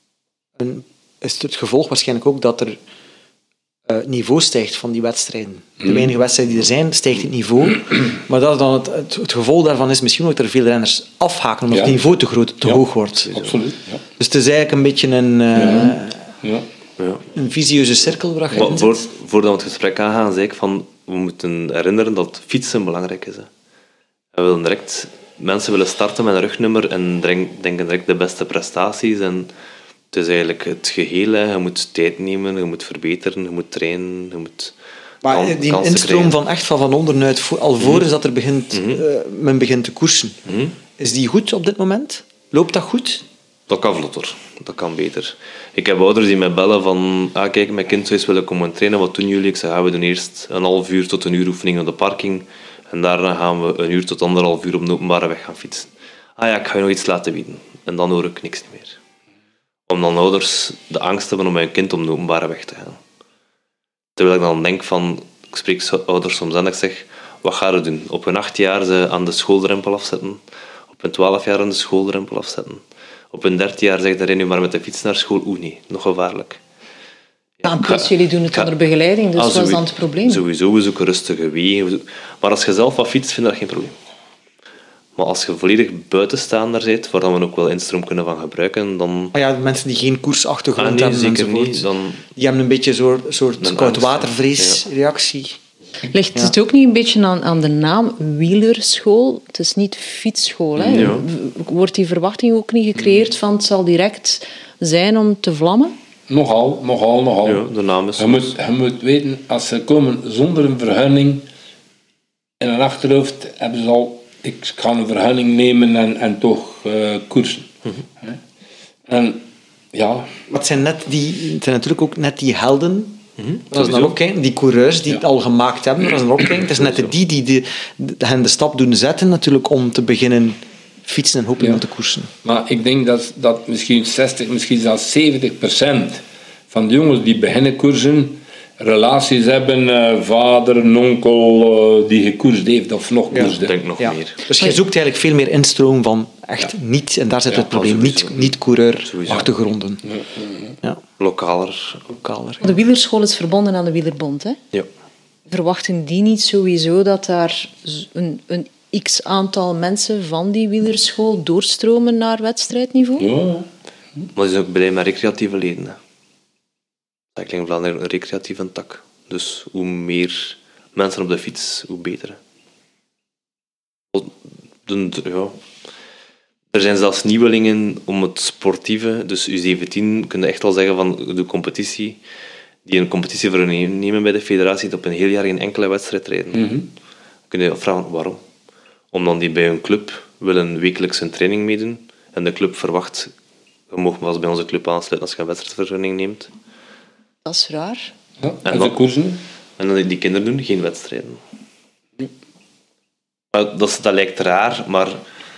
is het gevolg waarschijnlijk ook dat er uh, het niveau stijgt van die wedstrijden. De weinige wedstrijden die er zijn, stijgt het niveau. Maar dat dan het, het, het gevolg daarvan is misschien ook dat er veel renners afhaken omdat ja. het niveau te, groot, te ja, hoog wordt. Absoluut. Ja. Dus het is eigenlijk een beetje een, uh, ja. Ja. Ja. een visieuze cirkel waar je in voor, zit. Voordat we het gesprek aangaan, zei ik van, we moeten herinneren dat fietsen belangrijk is. Hè. We willen direct, mensen willen starten met een rugnummer en denken direct de beste prestaties. En het is eigenlijk het geheel. Hè. Je moet tijd nemen, je moet verbeteren, je moet trainen, je moet Maar kan, die kansen instroom krijgen. van echt van, van onderuit, alvorens dat er begint, Mm-hmm. uh, men begint te koersen, Mm-hmm. is die goed op dit moment? Loopt dat goed? Dat kan vlotter, dat kan beter. Ik heb ouders die mij bellen van, ah kijk, mijn kind zou eens willen komen trainen, wat doen jullie? Ik zeg, ah, we doen eerst een half uur tot een uur oefening op de parking en daarna gaan we een uur tot anderhalf uur op de openbare weg gaan fietsen. Ah ja, ik ga je nog iets laten weten. En dan hoor ik niks meer. Om dan ouders de angst te hebben om mijn kind op de openbare weg te gaan. Terwijl ik dan denk van, ik spreek ouders soms aan en ik zeg, wat ga je doen? Op hun acht jaar ze aan de schooldrempel afzetten, op hun twaalf jaar aan de schooldrempel afzetten. Op hun dertien jaar zegt, ren nu maar met de fiets naar school. Oeh, nee, nog gevaarlijk. Ja, en plus, jullie doen het ga, onder begeleiding, dus ah, wat is dan het probleem? Sowieso, we zoeken rustige wegen. Maar als je zelf wat fietst, vind ik dat geen probleem. Maar als je volledig buitenstaander bent, waar we ook wel instroom kunnen van gebruiken, dan... Ah ja, mensen die geen koersachtergrond ah, nee, hebben zeker enzovoort. niet. Dan... Die hebben een beetje zo'n soort Een koudwatervreesreactie. Ja. Ligt Ja. het ook niet een beetje aan, aan de naam wielerschool? Het is niet fietsschool. Hè? Ja. Wordt die verwachting ook niet gecreëerd van het zal direct zijn om te vlammen? Nogal, nogal, nogal. Ja, de naam is... Je moet, je moet weten, als ze komen zonder een vergunning in een achterhoofd, hebben ze al ik kan een vergunning nemen en, en toch uh, koersen. Mm-hmm. En ja... Maar het zijn, net die, het zijn natuurlijk ook net die helden. Mm-hmm. Dat is dan ook kijken, die coureurs die ja. het al gemaakt hebben. Dat is dan ook kijken. Het is net die die de, de, hen de stap doen zetten natuurlijk om te beginnen fietsen en hopelijk ja. te koersen. Maar ik denk dat, dat misschien zestig, misschien zelfs zeventig procent van de jongens die beginnen koersen relaties hebben, uh, vader, een onkel uh, die gekoerst heeft of nog koerst. Ja, ik denk nog ja. meer. Dus je zoekt eigenlijk veel meer instroom van echt ja. niet, en daar zit ja, het probleem, niet, niet coureur-achtergronden. Ja. Ja. Lokaler. Lokaler. De wielerschool is verbonden aan de wielerbond, hè? Ja. Verwachten die niet sowieso dat daar een, een x-aantal mensen van die wielerschool doorstromen naar wedstrijdniveau? Ja. Maar die zijn ook blij met recreatieve leden, hè. Cycling Vlaanderen een recreatieve tak. Dus hoe meer mensen op de fiets, hoe beter. Ja. Er zijn zelfs nieuwelingen om het sportieve. Dus U zeventien kun je echt al zeggen van de competitie. Die een competitie vernemen bij de federatie, op een heel jaar geen enkele wedstrijd rijden. Mm-hmm. Dan kun je afvragen waarom. Omdat die bij een club willen wekelijks een training meedoen. En de club verwacht, je mag wel eens bij onze club aansluiten als je een wedstrijdvergunning neemt. Dat is raar. Ja, en, en de koersen? En dan die kinderen doen geen wedstrijden. Ja. Dat, dat lijkt raar, maar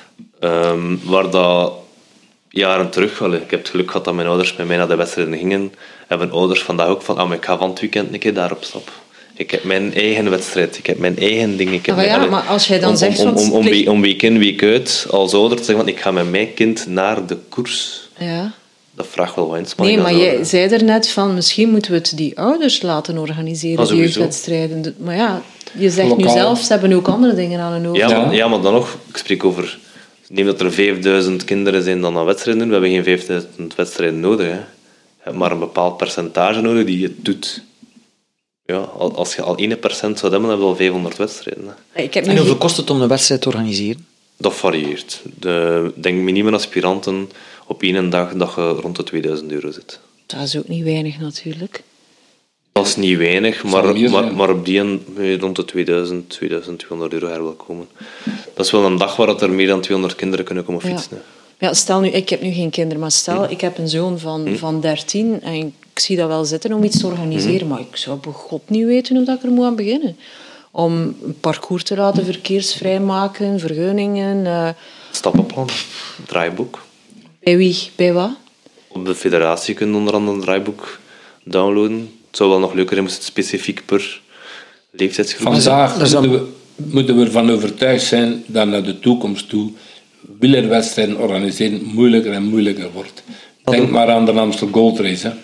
um, waar dat jaren terug, allee, ik heb het geluk gehad dat mijn ouders met mij naar de wedstrijden gingen, hebben ouders vandaag ook van, ah, ik ga van het weekend een keer daar op stap. Ik heb mijn eigen wedstrijd, ik heb mijn eigen ding. Ik heb ah, ja, mijn, maar als jij dan om, zegt... Om, om, om, om, plicht... om week in, week uit, als ouder te zeggen, van, ik ga met mijn kind naar de koers. Ja. Dat vraagt wel wat inspanning. Nee, maar jij worden. zei er net van, misschien moeten we het die ouders laten organiseren, ah, die jeugdwedstrijden. Maar ja, je zegt Lokaal. nu zelf, ze hebben ook andere dingen aan hun hoofd. Ja, maar, ja, maar dan nog, ik spreek over... Neem dat er vijfduizend kinderen zijn dan aan wedstrijden doen. We hebben geen vijfduizend wedstrijden nodig. Hè. Je hebt maar een bepaald percentage nodig die het doet. Ja, als je al één procent zou hebben, dan hebben we al vijfhonderd wedstrijden. Hè. Ik heb en hoeveel kost het om een wedstrijd te organiseren? Dat varieert. De, denk minimum aspiranten op één dag dat je rond de tweeduizend euro zit. Dat is ook niet weinig natuurlijk. Dat is niet weinig, maar, maar, maar op die een, rond de tweeduizend, tweeduizend tweehonderd euro her wil komen. Dat is wel een dag waar er meer dan tweehonderd kinderen kunnen komen fietsen. Ja, ja stel nu, ik heb nu geen kinderen, maar stel, hm. ik heb een zoon van, hm. van dertien en ik zie dat wel zitten om iets te organiseren, hm. maar ik zou bij God niet weten hoe dat ik er moet aan beginnen. Om een parcours te laten verkeersvrij maken, vergunningen... Uh... Stappenplan, draaiboek. Bij wie? Bij wat? Op de federatie kun je onder andere een draaiboek downloaden. Het zou wel nog leuker zijn, moest het specifiek per leeftijdsgroep zijn. Vandaag moeten we, moeten we ervan overtuigd zijn dat naar de toekomst toe wielerwedstrijden organiseren moeilijker en moeilijker wordt. Denk ook. maar aan de Amstel Gold Race. Hè.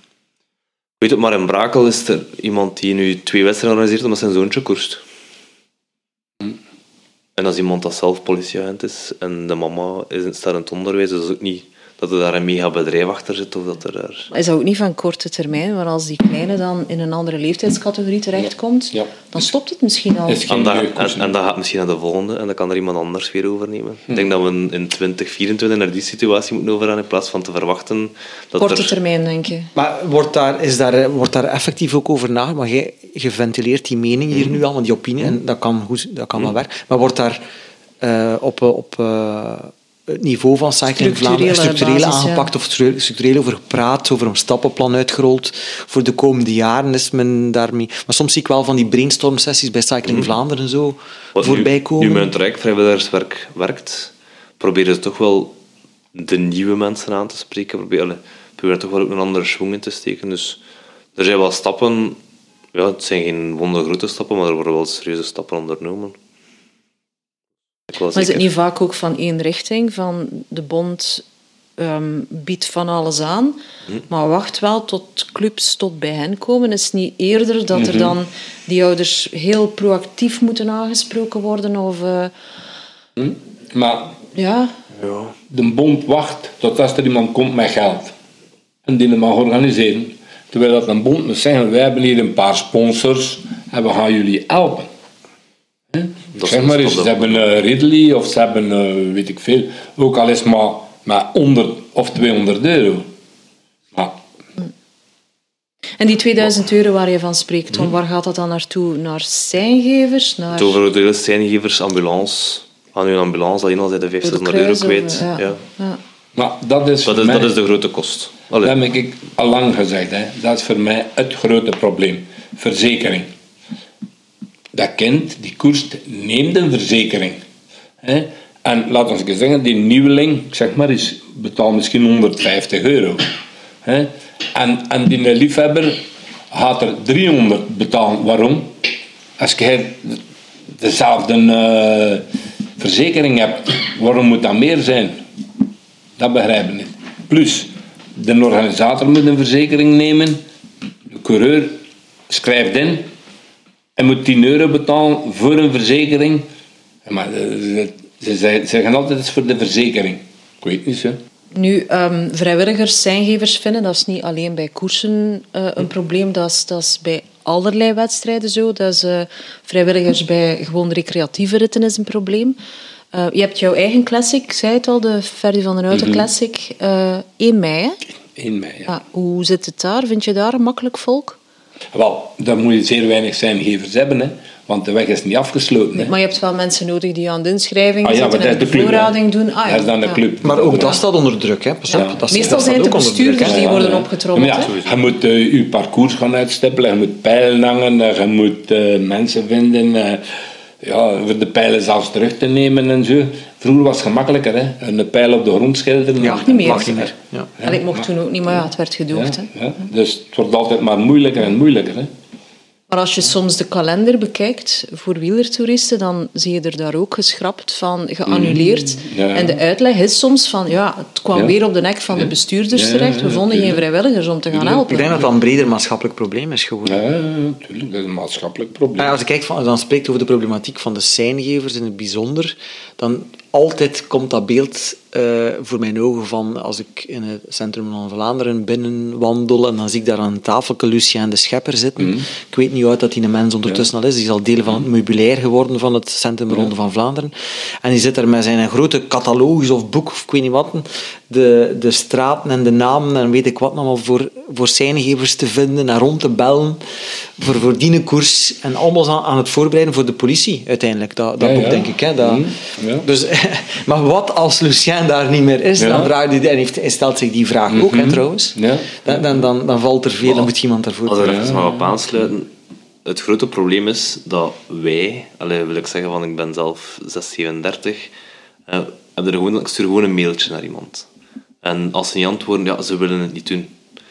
Weet het, maar in Brakel is er iemand die nu twee wedstrijden organiseert omdat zijn zoontje koerst. Hm. En als iemand dat zelf politieagent is en de mama is, staat in het onderwijs, dus dat is ook niet... dat er daar een mega bedrijf achter zit. Of dat er daar... Is dat ook niet van korte termijn? Maar als die kleine dan in een andere leeftijdscategorie terechtkomt, ja. Ja. dan stopt het misschien al. En dat, en, en dat gaat misschien naar de volgende en dan kan er iemand anders weer overnemen. Hm. Ik denk dat we in twintig vierentwintig naar die situatie moeten overgaan in plaats van te verwachten... Dat korte er... termijn, denk je. Maar wordt daar, is daar, wordt daar effectief ook over nagedacht? Maar jij, je ventileert die mening hier hm. nu al, want die opinie, hm. en dat kan, goed, dat kan hm. wel werken. Maar wordt daar uh, op... op uh, het niveau van Cycling Vlaanderen structureel basis, aangepakt ja. of structureel over gepraat, over een stappenplan uitgerold voor de komende jaren is men daarmee... Maar soms zie ik wel van die brainstorm-sessies bij Cycling mm. Vlaanderen zo Wat voorbij komen. Nu, nu mijn traject vrijwilligerswerk werkt, proberen ze toch wel de nieuwe mensen aan te spreken, proberen, proberen toch wel ook een andere schwung in te steken. Dus er zijn wel stappen, ja, het zijn geen wondergrote stappen, maar er worden wel serieuze stappen ondernomen. Maar is het niet vaak ook van één richting? Van de bond um, biedt van alles aan, hm. maar wacht wel tot clubs tot bij hen komen. Is het niet eerder dat er dan die ouders heel proactief moeten aangesproken worden? Of, uh... hm. Maar ja. de bond wacht tot als er iemand komt met geld. En die het mag organiseren. Terwijl dat een bond moet zeggen, wij hebben hier een paar sponsors en we gaan jullie helpen. Dat zeg maar eens, ze hebben uh, Ridley of ze hebben, uh, weet ik veel, ook al is maar, maar honderd of tweehonderd euro. Maar. En die tweeduizend euro waar je van spreekt, Tom, waar gaat dat dan naartoe? Naar seingevers? Naar... Het over de seingevers, ambulance, aan uw ambulance alleen al zijn de vijfhonderd euro kwijt. Ja. Ja. Ja. Maar dat is, Dat, voor is, mij, dat is de grote kost. Allee. dat heb ik al lang gezegd. Hè. Dat is voor mij het grote probleem. Verzekering. Dat kind, die koerst, neemt een verzekering. Hè. En laten we eens zeggen, die nieuweling, zeg maar, is, betaalt misschien honderdvijftig euro. Hè. En, en die liefhebber gaat er driehonderd betalen. Waarom? Als je dezelfde uh, verzekering hebt, waarom moet dat meer zijn? Dat begrijp ik niet. Plus, de organisator moet een verzekering nemen. De coureur schrijft in. En moet tien euro betalen voor een verzekering. Maar ze zeggen altijd, het is voor de verzekering. Ik weet niet, hè. Nu, um, vrijwilligers, zijngevers vinden, dat is niet alleen bij koersen uh, een probleem, dat is, dat is bij allerlei wedstrijden zo. Dat is uh, vrijwilligers bij gewoon recreatieve ritten is een probleem. Uh, je hebt jouw eigen classic, ik zei het al, de Ferdy van den Houten Mm-hmm. Classic, uh, één mei. Hè? één mei, ja. Ah, hoe zit het daar? Vind je daar een makkelijk volk? Wel, dan moet je zeer weinig zijngevers hebben, hè. Want de weg is niet afgesloten. Hè. Maar je hebt wel mensen nodig die aan de inschrijving Ah, ja, zitten maar en dat is de de club, hè. voorrading doen. Ah, Dat is dan de ja. club. Maar ook Ja. dat staat onder druk, hè. Pas op. Ja. Dat, Meestal dat zijn staat het de ook onder druk, bestuurders hè. die Ja, worden ja. opgetrommeld. Ja, hè. je moet uh, je parcours gaan uitstippelen, je moet pijlen hangen, uh, je moet uh, mensen vinden, uh, ja, voor de pijlen zelfs terug te nemen en zo. Vroeger was het gemakkelijker, hè. Een pijl op de grond schilderen. Ja, Mag niet meer. Mag niet meer. Ja. Ja, Allee, ik mocht maar- toen ook niet, maar ja, het werd gedoogd. Ja, Hè. ja. Dus het wordt altijd maar moeilijker en moeilijker. Hè. Maar als je soms de kalender bekijkt voor wielertoeristen, dan zie je er daar ook geschrapt van, geannuleerd. Mm, ja. En de uitleg is soms van, ja, het kwam Ja. weer op de nek van de Ja. bestuurders Ja, terecht. We ja, vonden geen tuurlijk. vrijwilligers om te gaan Tuurlijk. helpen. Ik denk dat dat een breder maatschappelijk probleem is geworden. Ja, natuurlijk, dat is een maatschappelijk probleem. Nou ja, als je kijkt van, dan spreekt over de problematiek van de seingevers in het bijzonder, dan altijd komt dat beeld uh, voor mijn ogen van als ik in het centrum van Vlaanderen binnenwandel en dan zie ik daar aan een tafeltje Lucien de Schepper zitten. Mm. Ik weet niet hoe oud dat die een mens ondertussen al is. Die is al deel van het meubilair geworden van het Centrum Ronde van Vlaanderen. En die zit daar met zijn grote catalogus of boek of ik weet niet wat, de, de straten en de namen en weet ik wat allemaal voor, voor seingevers te vinden en rond te bellen voor, voor die koers en allemaal aan, aan het voorbereiden voor de politie uiteindelijk. Dat, dat Ja, boek, ja. denk ik. Hè, dat, Mm, ja. dus, maar wat als Lucien daar niet meer is? Ja. Dan vraagt hij, en heeft, hij stelt zich die vraag ook, hè, trouwens. Ja. Dan, dan, dan, dan valt er veel, dan moet iemand daarvoor Als ik er doen. even maar op aansluiten. Het grote probleem is dat wij, allee, wil ik zeggen, van ik ben zelf zes, zevenendertig, uh, heb er gewoon, ik stuur gewoon een mailtje naar iemand. En als ze niet antwoorden, ja, ze willen het niet doen.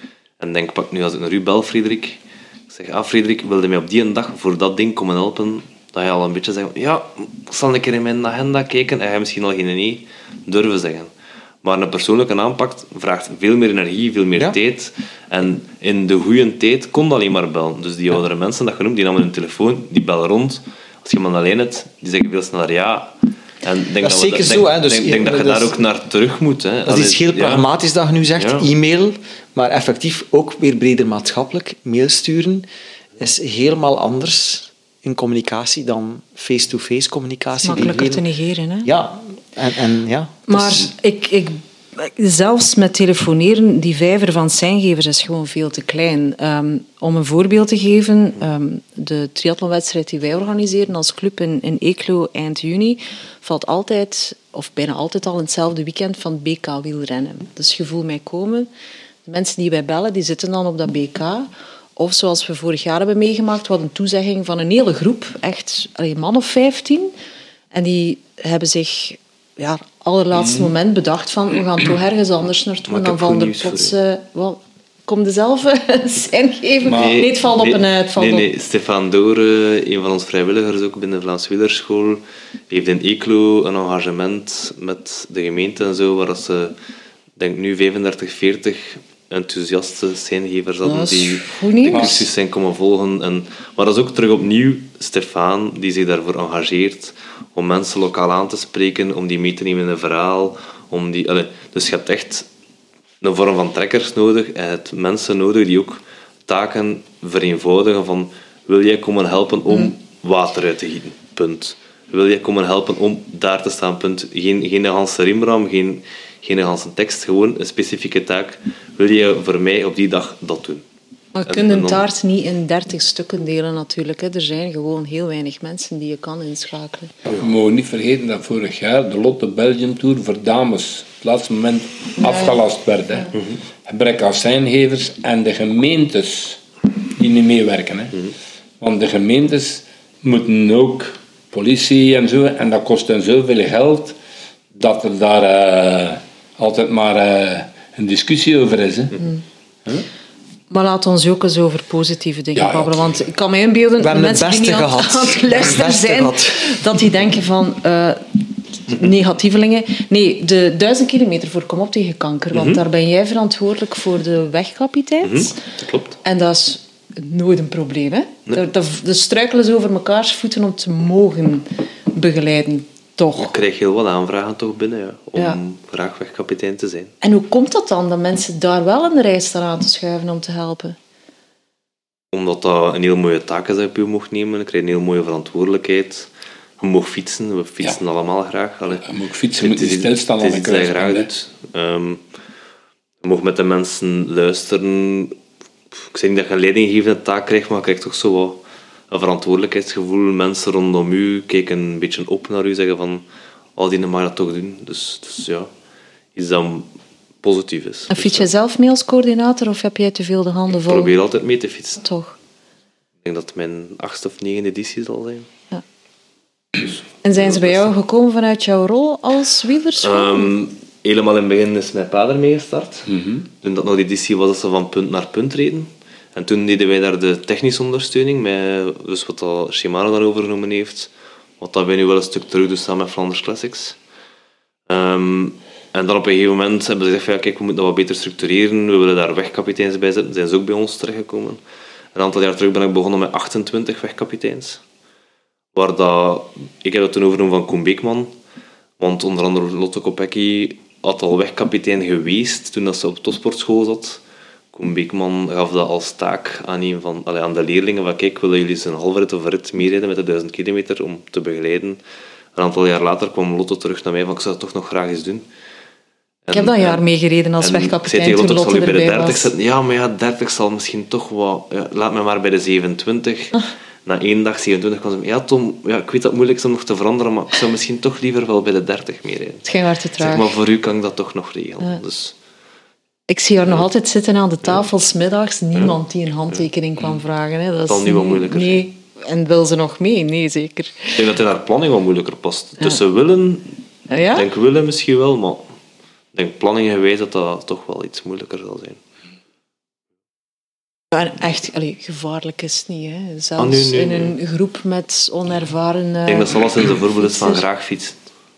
En denk, pak nu als ik naar u bel, Frederik. Ik zeg, ah, Frederik, wilde mij op die een dag voor dat ding komen helpen? Dat je al een beetje zegt, ja, ik zal een keer in mijn agenda kijken. En hij misschien al geen nee durven zeggen. Maar een persoonlijke aanpak vraagt veel meer energie, veel meer Ja. tijd. En in de goede tijd kon dat alleen maar bellen. Dus die oudere mensen, dat genoemd, die namen hun telefoon, die bellen rond. Als je iemand alleen hebt, die zeggen veel sneller ja. En denk Dat is we zeker denk, zo, hè. Dus denk, denk dat je dat daar is- ook naar terug moet. Hè. Dat is iets heel Allee, ja. pragmatisch dat je nu zegt, Ja. e-mail, maar effectief ook weer breder maatschappelijk. Mail sturen is helemaal anders in communicatie dan face-to-face communicatie. die Makkelijker veel- te negeren, hè? Ja, en, en ja. Maar dus- ik, ik, zelfs met telefoneren, die vijver van zijngevers is gewoon veel te klein. Ehm, om een voorbeeld te geven, ehm, de triathlonwedstrijd die wij organiseren als club in, in Eeklo eind juni, valt altijd, of bijna altijd al in hetzelfde weekend van het B K wielrennen. Dus je voelt mij komen. De mensen die wij bellen, die zitten dan op dat B K. Of zoals we vorig jaar hebben meegemaakt, wat een toezegging van een hele groep, echt een man of vijftien. En die hebben zich ja, allerlaatste moment bedacht van we gaan toch ergens anders naartoe. Maar En ik dan heb valt goed er nieuws voor plots... eh, wel, kom dezelfde zijn geven? Nee, het valt op nee, een... Het valt nee, op. nee. Stefan Doore, een van onze vrijwilligers ook binnen de Vlaamse Wielerschool, heeft in Eeklo een engagement met de gemeente en zo, waar dat ze, denk nu vijfendertig, veertig enthousiaste zijngevers hadden Dat is die goed de nieuws. cursus zijn komen volgen. En, maar dat is ook terug opnieuw Stefan die zich daarvoor engageert om mensen lokaal aan te spreken, om die mee te nemen in een verhaal. Om die, allee, dus je hebt echt een vorm van trekkers nodig en je hebt mensen nodig die ook taken vereenvoudigen van wil jij komen helpen om water uit te gieten? Punt. Wil jij komen helpen om daar te staan? Punt. Geen, geen ganse rimram, geen, geen ganse tekst, gewoon een specifieke taak. Wil jij voor mij op die dag dat doen? Maar je En- kunt en een dan- taart niet in dertig stukken delen natuurlijk. Hè. Er zijn gewoon heel weinig mensen die je kan inschakelen. We mogen niet vergeten dat vorig jaar de Lotto Belgium Tour voor dames op het laatste moment afgelast werd. Hè. Gebrek aan seingevers en de gemeentes die niet meewerken. Hè. Want de gemeentes moeten ook politie en zo, en dat kost hen zoveel geld dat er daar uh, altijd maar uh, een discussie over is. Hè. Huh? Maar laat ons ook eens over positieve dingen Ja, ja. babbelen. Want ik kan me inbeelden, We hebben het mensen die niet beste aan, gehad. aan het We hebben het luisteren beste zijn, gehad. dat die denken van... Uh, negatievelingen. Nee, de duizend kilometer voor Kom op tegen kanker. Want daar ben jij verantwoordelijk voor de wegcapiteins. Mm-hmm, dat klopt. En dat is nooit een probleem, hè? Daar, daar, daar struikelen ze over mekaars voeten om te mogen begeleiden, toch? Ik krijg heel wat aanvragen toch binnen, ja, om Ja. graag wegkapitein te zijn. En hoe komt dat dan, dat mensen daar wel in de rij staan aan te schuiven om te helpen? Omdat dat een heel mooie taak is dat je op je mocht nemen. Je krijgt een heel mooie verantwoordelijkheid. Je mag fietsen, we fietsen Ja. allemaal graag. Allee. Je moet fietsen, je moet Het is niet stilstaan het aan is een iets dat je graag kruispunt. doet. Ehm, je mag met de mensen luisteren. Ik zeg niet dat je een leidinggevende taak krijgt, maar je krijgt toch zo wat een verantwoordelijkheidsgevoel. Mensen rondom u kijken een beetje op naar u, zeggen van, oh, die mag dat toch doen. Dus, dus ja, iets dat positief is. En fiets jij zelf mee als coördinator of heb jij te veel de handen Ik vol? probeer altijd mee te fietsen. Toch. Ik denk dat het mijn achtste of negende editie zal zijn. En zijn ze bij jou gekomen vanuit jouw rol als wielerschool? Ehm, helemaal in het begin is mijn pa ermee gestart. Toen dat nog de editie was, dat ze van punt naar punt reden. En toen deden wij daar de technische ondersteuning, met, dus wat dat Shimano daarover genomen heeft. Wat dat wij nu wel een stuk terug doen samen met Flanders Classics. Ehm, en dan op een gegeven moment hebben ze gezegd van, ja, kijk, we moeten dat wat beter structureren. We willen daar wegkapiteins bij zetten. Zijn ze ook bij ons terechtgekomen. Een aantal jaar terug ben ik begonnen met achtentwintig wegkapiteins. Waar dat, ik heb dat toen overgenomen van Koen Beekman. Want onder andere Lotte Kopecky had al wegkapitein geweest toen dat ze op topsportschool zat. Koen Beekman gaf dat als taak aan, een van, allee, aan de leerlingen. Van, kijk, willen jullie eens een halve rit of een rit meerijden met de duizend kilometer om te begeleiden? Een aantal jaar later kwam Lotte terug naar mij van, ik zou dat toch nog graag eens doen. En, Ik heb dat een jaar meegereden als en wegkapitein ik zei tegen toen Lotte, Lotte ik zal je bij de erbij dertig was. zetten. Ja, maar ja, dertig zal misschien toch wat... Ja, laat me maar bij de zevenentwintig. Na één dag zevenentwintig kwam ze me, ja Tom, ja, ik weet dat het moeilijk is om nog te veranderen, maar ik zou misschien toch liever wel bij de dertig mee rijden. Het ging waar te traag. Zeg maar, voor u kan ik dat toch nog regelen. Ja. Dus, Ik zie haar nog altijd zitten aan de tafel 's middags. Niemand die een handtekening kwam vragen. Hè. Dat is zal nu wat moeilijker Nee. En wil ze nog mee? Nee, zeker. ik denk dat in haar planning wat moeilijker past. Tussen willen, Ja? ik denk willen misschien wel, maar ik denk planning gewijs dat dat toch wel iets moeilijker zal zijn. En echt, allee, gevaarlijk is het niet. Hè. Zelfs Ah, nee, nee, in nee. een groep met onervaren... Ik denk dat ze alleszins een voorbeeld is van fietsers. graag fietsen.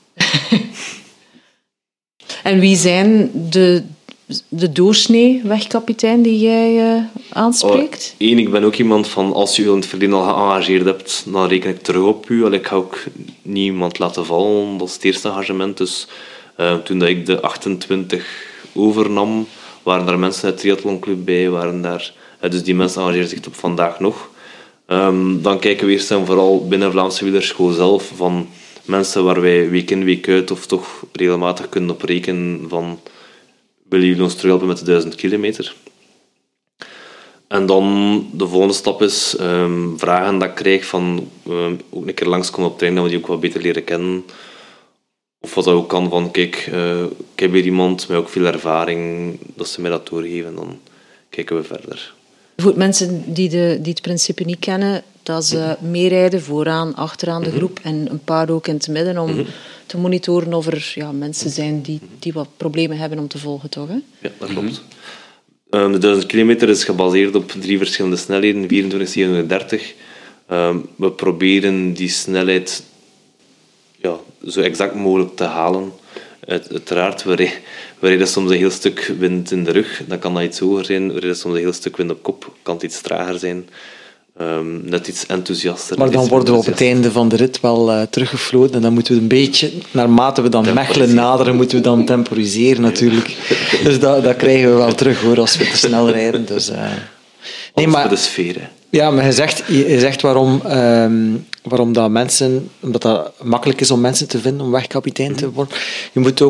En wie zijn de, de doorsnee wegkapitein die jij uh, aanspreekt? Eén, ik ben ook iemand van, als je u in het verleden al geëngageerd hebt, dan reken ik terug op u. Allee, ik ga ook niemand laten vallen, dat is het eerste engagement. Dus uh, toen dat ik de achtentwintig overnam, waren daar mensen uit de triathlonclub bij, waren daar, uh, dus die mensen engageren zich tot vandaag nog. Um, dan kijken we eerst en vooral binnen Vlaamse Wielerschool zelf van mensen waar wij week in, week uit of toch regelmatig kunnen op rekenen van willen jullie ons terug helpen met de duizend kilometer? En dan de volgende stap is um, vragen dat ik krijg van um, ook een keer langskomen op trein, dat we die ook wat beter leren kennen. Of wat dat ook kan van, kijk, uh, ik heb hier iemand met ook veel ervaring, dat ze mij dat doorgeven, dan kijken we verder. Voor mensen die, de, die het principe niet kennen, dat ze meerijden vooraan, achteraan de groep en een paar ook in het midden om mm-hmm. te monitoren of er ja, mensen zijn die, die wat problemen hebben om te volgen, toch? Hè? Ja, dat klopt. Um, de duizend kilometer is gebaseerd op drie verschillende snelheden, vierentwintig, zevenentwintig, dertig. Um, we proberen die snelheid ja, zo exact mogelijk te halen. Uit, uiteraard, we, re- we rijden soms een heel stuk wind in de rug, dan kan dat iets hoger zijn. We rijden soms een heel stuk wind op kop, kan het iets trager zijn. Um, net iets enthousiaster. Maar dan iets worden we op het einde van de rit wel uh, teruggefloten en dan moeten we een beetje, naarmate we dan Mechelen naderen, moeten we dan temporiseren natuurlijk. Dus dat, dat krijgen we wel terug hoor, als we te snel rijden. Dus, uh... nee, maar... voor de sfeer, hè. Ja, maar je zegt, je zegt waarom, um, waarom dat mensen, omdat dat makkelijk is om mensen te vinden om wegkapitein te worden. Je moet ook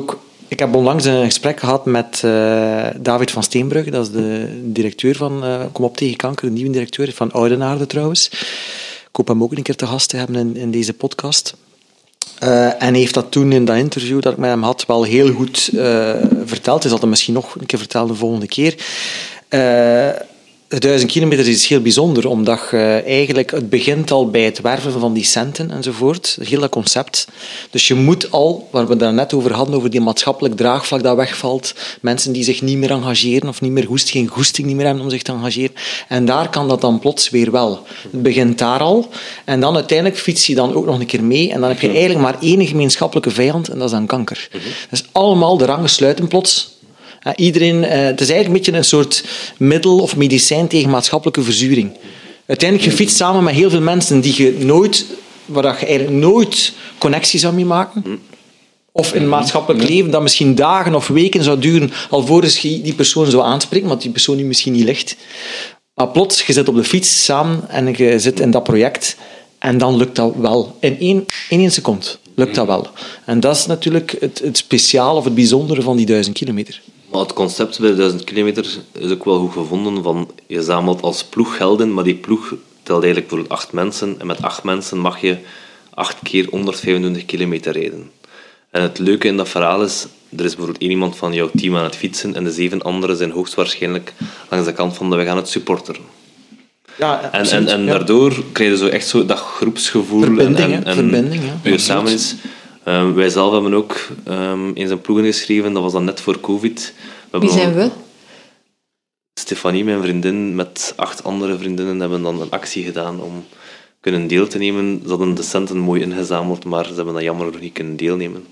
Ik heb onlangs een gesprek gehad met uh, David van Steenbrugge, dat is de directeur van uh, Kom op tegen kanker, de nieuwe directeur van Oudenaarde trouwens. Ik hoop hem ook een keer te gast te hebben in, in deze podcast. Uh, en hij heeft dat toen in dat interview dat ik met hem had wel heel goed uh, verteld. Hij zal het misschien nog een keer vertellen de volgende keer. Uh, Duizend kilometer is heel bijzonder, omdat je eigenlijk, het begint al bij het werven van die centen enzovoort, heel dat concept. Dus je moet al, waar we het daar net over hadden, over die maatschappelijk draagvlak dat wegvalt, mensen die zich niet meer engageren of niet meer goest, geen goesting niet meer hebben om zich te engageren. En daar kan dat dan plots weer wel. Het begint daar al. En dan uiteindelijk fiets je dan ook nog een keer mee en dan heb je eigenlijk maar één gemeenschappelijke vijand en dat is dan kanker. Dus allemaal de rangen sluiten plots. Ja, iedereen, uh, het is eigenlijk een beetje een soort middel of medicijn tegen maatschappelijke verzuring. Uiteindelijk, je fietst samen met heel veel mensen die je nooit, waar je eigenlijk nooit connecties zou mee maken. Of in het maatschappelijk leven dat misschien dagen of weken zou duren alvorens je die persoon zou aanspreken, want die persoon die misschien niet ligt. Maar plots, je zit op de fiets samen en je zit in dat project en dan lukt dat wel. In één, in één seconde lukt dat wel. En dat is natuurlijk het, het speciale of het bijzondere van die duizend kilometer. Maar het concept bij de duizend kilometer is ook wel goed gevonden. Van, je zamelt als ploeg gelden, maar die ploeg telt eigenlijk voor acht mensen. En met acht mensen mag je acht keer honderdvijfentwintig kilometer rijden. En het leuke in dat verhaal is, er is bijvoorbeeld één iemand van jouw team aan het fietsen en de zeven anderen zijn hoogstwaarschijnlijk langs de kant van de weg aan het supporteren. Ja, en, en, en daardoor krijg je zo echt zo dat groepsgevoel. Verbinding, en, en, en, Verbinding, ja. Je samen is. Um, wij zelf hebben ook um, eens een ploeg geschreven, dat was dan net voor COVID. We Wie zijn we? Stefanie, mijn vriendin, met acht andere vriendinnen hebben dan een actie gedaan om kunnen deel te nemen. Ze hadden de centen mooi ingezameld, maar ze hebben dan jammer nog niet kunnen deelnemen.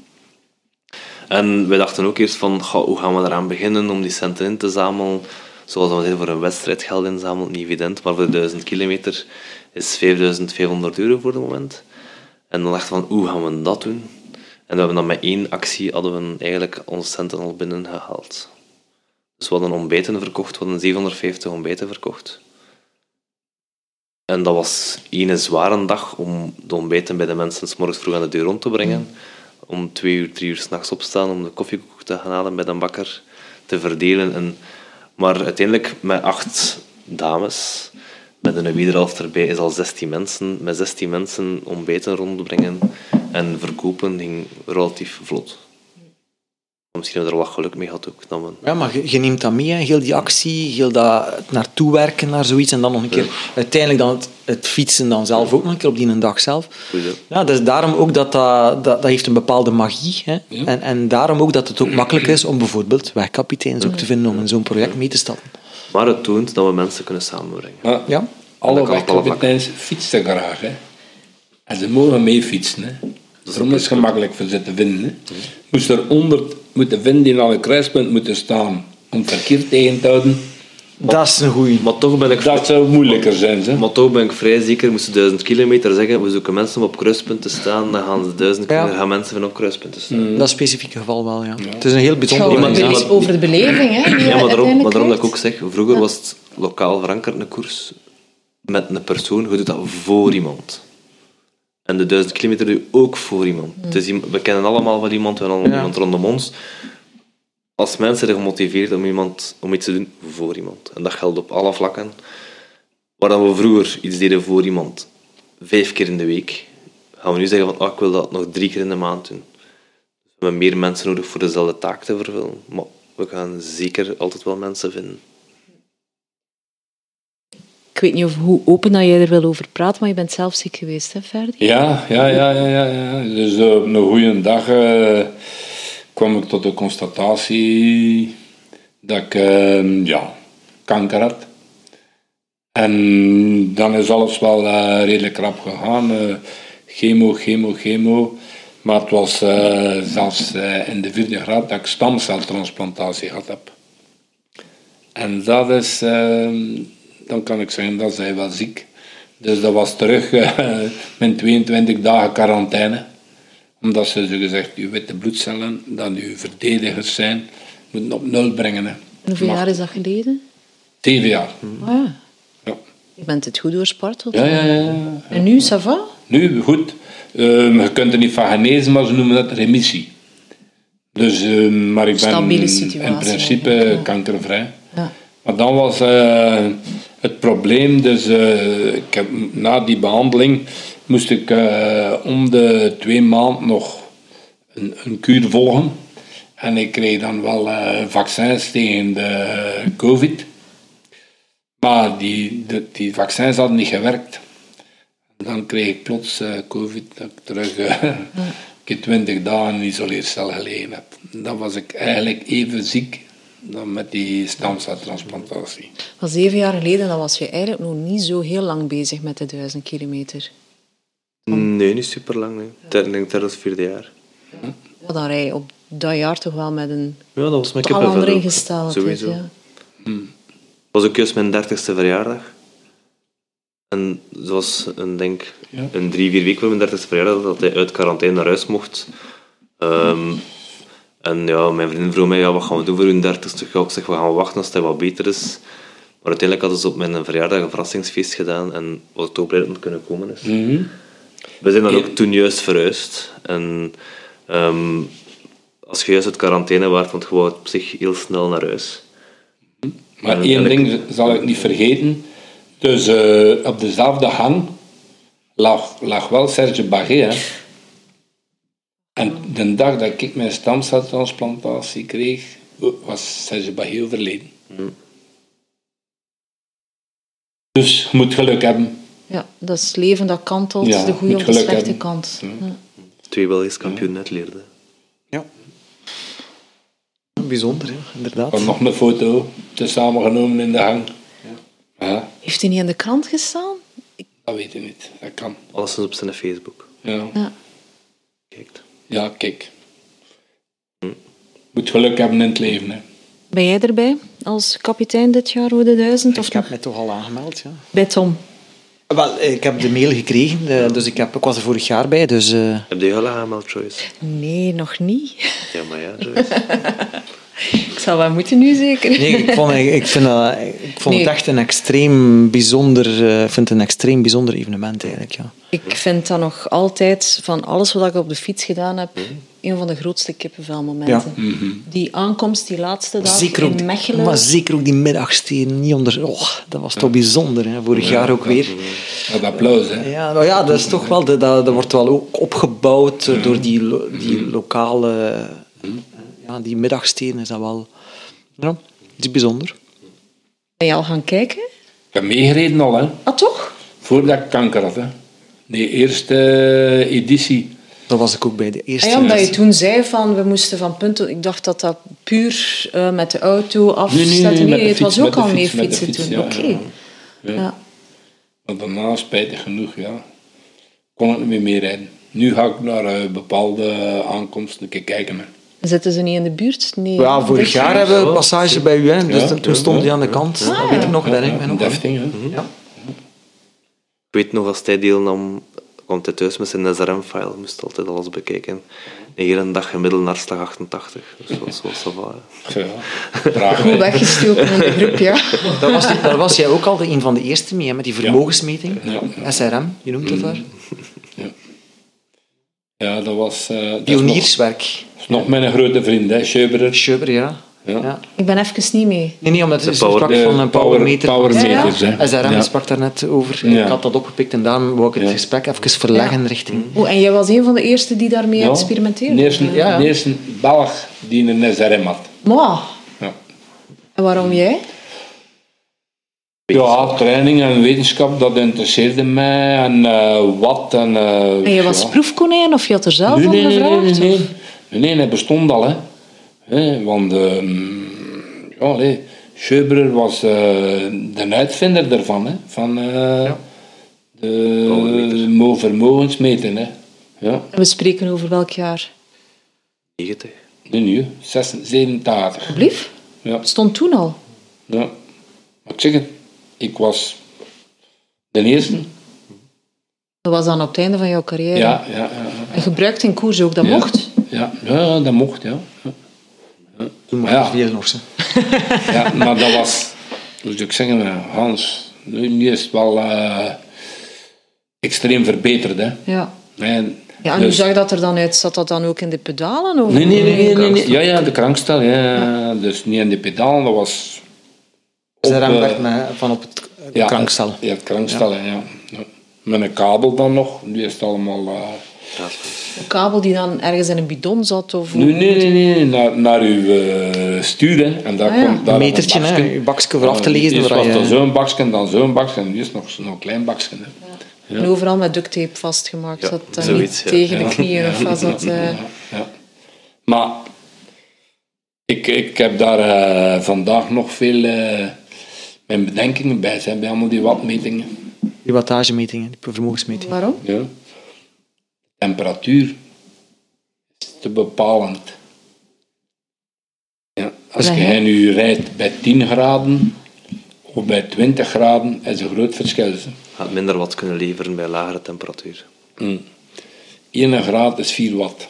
En wij dachten ook eerst van, hoe gaan we eraan beginnen om die centen in te zamelen? Zoals we zeiden, voor een wedstrijd geld inzamelen, niet evident, maar voor de duizend kilometer is vijfduizend vijfhonderd euro voor het moment. En dan dachten we van, hoe gaan we dat doen? En we hebben dan met één actie hadden we eigenlijk onze centen al binnengehaald. Dus we hadden ontbijten verkocht, we hadden zevenhonderdvijftig ontbijten verkocht. En dat was één zware dag om de ontbijten bij de mensen 's morgens vroeg aan de deur rond te brengen. Om twee uur, drie uur 's nachts opstaan om de koffiekoek te gaan halen bij de bakker, te verdelen. En, maar uiteindelijk met acht dames, met een wederhelft erbij, is al zestien mensen. Met zestien mensen ontbijten rondbrengen en verkopen ging relatief vlot. Misschien hebben we er wat geluk mee gehad ook. Dat we... Ja, maar je, je neemt dat mee, hè. Heel die actie, heel dat naartoe werken naar zoiets en dan nog een keer, ja. uiteindelijk dan het, het fietsen dan zelf ook nog een keer op die dag zelf. Goed, ja, dus daarom ook dat dat, dat, dat heeft een bepaalde magie. Hè. Ja. En, en daarom ook dat het ook makkelijk is om bijvoorbeeld wegkapiteins ook te vinden om in zo'n project mee te stappen. Maar het toont dat we mensen kunnen samenbrengen. Maar Ja. alle wegkapiteins fietsen graag. Hè. En ze mogen mee fietsen. Hè. Daarom is het gemakkelijk voor ze te vinden. Hè. Moest er honderd moeten vinden die aan een kruispunt moeten staan om het verkeer tegen te houden. Dat is een goeie. Maar toch ben ik... Dat zou moeilijker zijn. Hè. Maar toch ben ik vrij zeker, moesten duizend kilometer zeggen, we zoeken mensen om op kruispunten te staan, dan gaan ze duizend Ja. kilometer gaan mensen van op kruispunten staan. Dat is specifieke geval wel, ja. Het is een heel Het gaat bijzonder over, Iemand- de, over de beleving, hè, die Ja, je maar daarom, maar daarom dat ik uiteindelijk ook zeg, vroeger was het lokaal verankerd een koers met een persoon, je doet dat voor iemand. En de duizend kilometer doe je ook voor iemand. Mm. Het is iemand- we kennen allemaal wel iemand, we hebben allemaal Ja. iemand rondom ons. Als mensen zijn gemotiveerd om, iemand, om iets te doen voor iemand. En dat geldt op alle vlakken. Waar dan we vroeger iets deden voor iemand, vijf keer in de week, gaan we nu zeggen van, oh, ik wil dat nog drie keer in de maand doen. We hebben meer mensen nodig voor dezelfde taak te vervullen. Maar we gaan zeker altijd wel mensen vinden. Ik weet niet of, hoe open dat jij er wil over praten, maar je bent zelf ziek geweest, hè, Ferdi? Ja, ja, ja, ja, ja, ja. Dus uh, op een goede dag uh, kwam ik tot de constatatie dat ik uh, ja, kanker had. En dan is alles wel uh, redelijk rap gegaan. Uh, chemo, chemo, chemo. Maar het was uh, zelfs uh, in de vierde graad dat ik stamceltransplantatie gehad heb. En dat is... Uh, dan kan ik zeggen, dat zij wel ziek. Dus dat was terug uh, met tweeëntwintig dagen quarantaine. Omdat ze zo gezegd, uw witte bloedcellen, dat uw verdedigers zijn, moeten op nul brengen. Hè. En hoeveel Maar- jaar is dat geleden? Zeven jaar. Oh, ja. Ja. Je bent het goed doorsparteld. Ja, ja, ja, ja. En nu, ça va? Nu, goed. Uh, je kunt er niet van genezen, maar ze noemen dat remissie. Dus, uh, maar ik ben Stabiele situatie, in principe ja. kankervrij. Ja. Maar dan was uh, het probleem, dus uh, ik heb, na die behandeling moest ik uh, om de twee maanden nog een, een kuur volgen. En ik kreeg dan wel uh, vaccins tegen de COVID. Maar die, de, die vaccins hadden niet gewerkt. En dan kreeg ik plots uh, COVID, dat ik terug uh, ja. ik twintig dagen in een isoleercel gelegen heb. Dan was ik eigenlijk even ziek dan met die stamceltransplantatie. Van zeven jaar geleden, dan was je eigenlijk nog niet zo heel lang bezig met de duizend kilometer. Nee, niet super lang. Nee. Ik denk derde of vierde jaar. Ja, dan rij je op dat jaar toch wel met een Ja, dat was mijn totaal kippenvel andere ook. ingesteldheid. Sowieso. Ja. Het was ook juist mijn dertigste verjaardag. En zoals een, denk, Ja. een drie, vier weken voor mijn dertigste verjaardag dat hij uit quarantaine naar huis mocht. Um, en ja, mijn vriendin vroeg mij, ja, wat gaan we doen voor hun dertigste? Ik zeg, we gaan wachten als hij wat beter is. Maar uiteindelijk hadden ze op mijn verjaardag een verrassingsfeest gedaan en was ik toch blij dat het kunnen komen is. Mm-hmm. We zijn dan ook toen juist verhuisd. En um, als je juist uit quarantaine waart, want je wou op zich heel snel naar huis. Maar En één uiteindelijk- ding zal ik niet vergeten. Dus uh, op dezelfde hang lag, lag wel Serge Bagé. Hè. En de dag dat ik mijn stamceltransplantatie kreeg, was Serge Bagé overleden. Mm. Dus je moet geluk hebben. Ja, dat is het leven dat kantelt, Ja, de goede moet of de geluk slechte hebben. kant. Ja. Twee Belgisch kampioen net leerde. Ja. Bijzonder, hè? Ik Inderdaad. had nog een foto tezamen genomen in de hang. Ja. Ja, Heeft hij niet in de krant gestaan? dat weet ik niet. Dat kan. Alles is op zijn Facebook. Ja, Ja. Kijk. ja kijk. Je moet geluk hebben in het leven. Hè. Ben jij erbij als kapitein dit jaar voor de duizend? Of Ik heb nog mij toch al aangemeld, ja. bij Tom? Wel, ik heb de mail gekregen, eh, dus ik, heb, ik was er vorig jaar bij, dus... eh, Heb je al aangemeld, Joyce? Nee, nog niet. Ja, maar ja, Joyce. Ik zal wel moeten nu zeker. Nee, ik vond, ik vind dat, ik vond Nee. het echt een extreem bijzonder, eh, ik vind het een extreem bijzonder evenement eigenlijk, ja. Ik vind dat nog altijd, van alles wat ik op de fiets gedaan heb, een van de grootste kippenvelmomenten. Die aankomst, die laatste dag Zeker ook, in Mechelen. maar zeker ook die middagsteden, niet onder... Oh, dat was toch bijzonder, hè. Vorig jaar ook weer. Dat applaus. Hè. Ja, nou ja, dat is toch wel... Dat, dat wordt wel ook opgebouwd eh, door die, lo- die lokale... eh, Ja, die middagsteden is dat wel... Ja, het is bijzonder. Ben je al gaan kijken? Ik heb meegereden al, hè. Ah, toch? Voordat ik kanker had. Hè. De eerste eh, editie. Dat was ik ook bij de eerste. Ah ja, omdat je toen zei van, we moesten van punten... Ik dacht dat dat puur uh, met de auto afzetten. Nee, met de het was fiets, ook met al de mee fiets, met de fietsen fiets, toen. ja, Oké. ja. Ja. Ja. Maar daarna, spijtig genoeg, ja, kon ik niet meer meerijden. Nu ga ik naar uh, bepaalde aankomsten een keer kijken. Hè. Zitten ze niet in de buurt? Nee. Ja, vorig Dicht- jaar hebben we een passage bij u, hè. Dus Ja, toen ja, stond hij ja, aan de ja. kant. Dat weet ik nog, dat herinner ik mij nog. wel. Deftig, hè. Ja. Ik weet nog, als hij deelnam, kwam hij thuis met zijn S R M-file. Moest altijd alles bekijken. En hier een dag gemiddelde hartslag achtentachtig. Dus dat was wel sava. Ja, graag. Goed weggestoken in de groep, ja. Daar was, die- daar was jij ook al de, een van de eerste mee, hè, met die vermogensmeting. Ja. S R M, je noemt het daar. Ja, dat was... Uh, dat is Pionierswerk. nog, is nog mijn grote vriend, hè, Schöberer. Schubber, ja. Ja. Ja. Ik ben even niet mee. Nee, nee, omdat ze power- sprak de van een power- powermeter. powermeters, Ja, hè. S R M Ja. sprak daar net over. Ja. Ik had dat opgepikt en daarom wou ik het Ja. gesprek even verleggen richting... Oh, en jij was een van de eerste die daarmee Ja. experimenteerde? De eerste, Ja, ja. de eerste Belg die een S R M had. Mwah. Ja. En waarom jij? Ja, training en wetenschap, dat interesseerde mij. En uh, wat. En, uh, En je was ja. proefkonijn of je had er zelf Nee, om nee, nee, gevraagd? nee, nee, of? nee. Nee, hij bestond al, hè. Hè, want uh, ja, allee, Schöberer was uh, de uitvinder daarvan, hè. Van uh, de mo- vermogensmeten, hè. Ja, En we spreken over welk jaar? negentig. nu, nu, zevenentachtig. Blief? Ja, Het stond toen al. ja. Maar ik zeg het, ik was de eerste. Dat was dan op het einde van jouw carrière. Ja, ja, ja. En gebruikt in koers ook, dat Ja. mocht. Ja, ja, dat mocht, ja. Ja. Toen mocht Ja. het veel nog, hè. Ja, maar dat was, hoe zou ik zeggen, Hans, nu, nu is het wel uh, extreem verbeterd. Hè. Ja. En Ja, en hoe Dus- zag dat er dan uit? Zat dat dan ook in de pedalen? Of? Nee, nee, nee. nee, nee, nee. Ja, ja, de krankstel. Ja. Dus niet in de pedalen, dat was... Dus de op, rem eh, werd met, van op het ja, krankstel. Ja, het krankstel, ja. Ja. Ja. Met een kabel dan nog. Die is het allemaal... Uh... Een kabel die dan ergens in een bidon zat? Of Nee, nee, nee, nee. Naar, naar uw uh, stuur. Hè. En daar Ah, ja. komt daar Een metertje, een hè, bakje. je bakje voor af te Ja, lezen. Eerst waar was je- er zo'n bakje, dan zo'n bakje. En nu is het nog zo'n klein bakje. Hè. Ja. En overal met duct tape vastgemaakt. Ja, dat dat zoiets, niet ja. tegen de knieën of was dat... eh, Ja, ja. Maar ik, ik heb daar uh, vandaag nog veel uh, mijn bedenkingen bij zijn, bij allemaal die wattmetingen. Die wattagemetingen, die vermogensmetingen. Waarom? Ja. Temperatuur is te bepalend. Ja. Als Ja, je hè? nu rijdt bij tien graden of bij twintig graden, is een groot verschil. Hè. Gaat minder wat kunnen leveren bij lagere temperatuur. Mm. één graad is vier watt.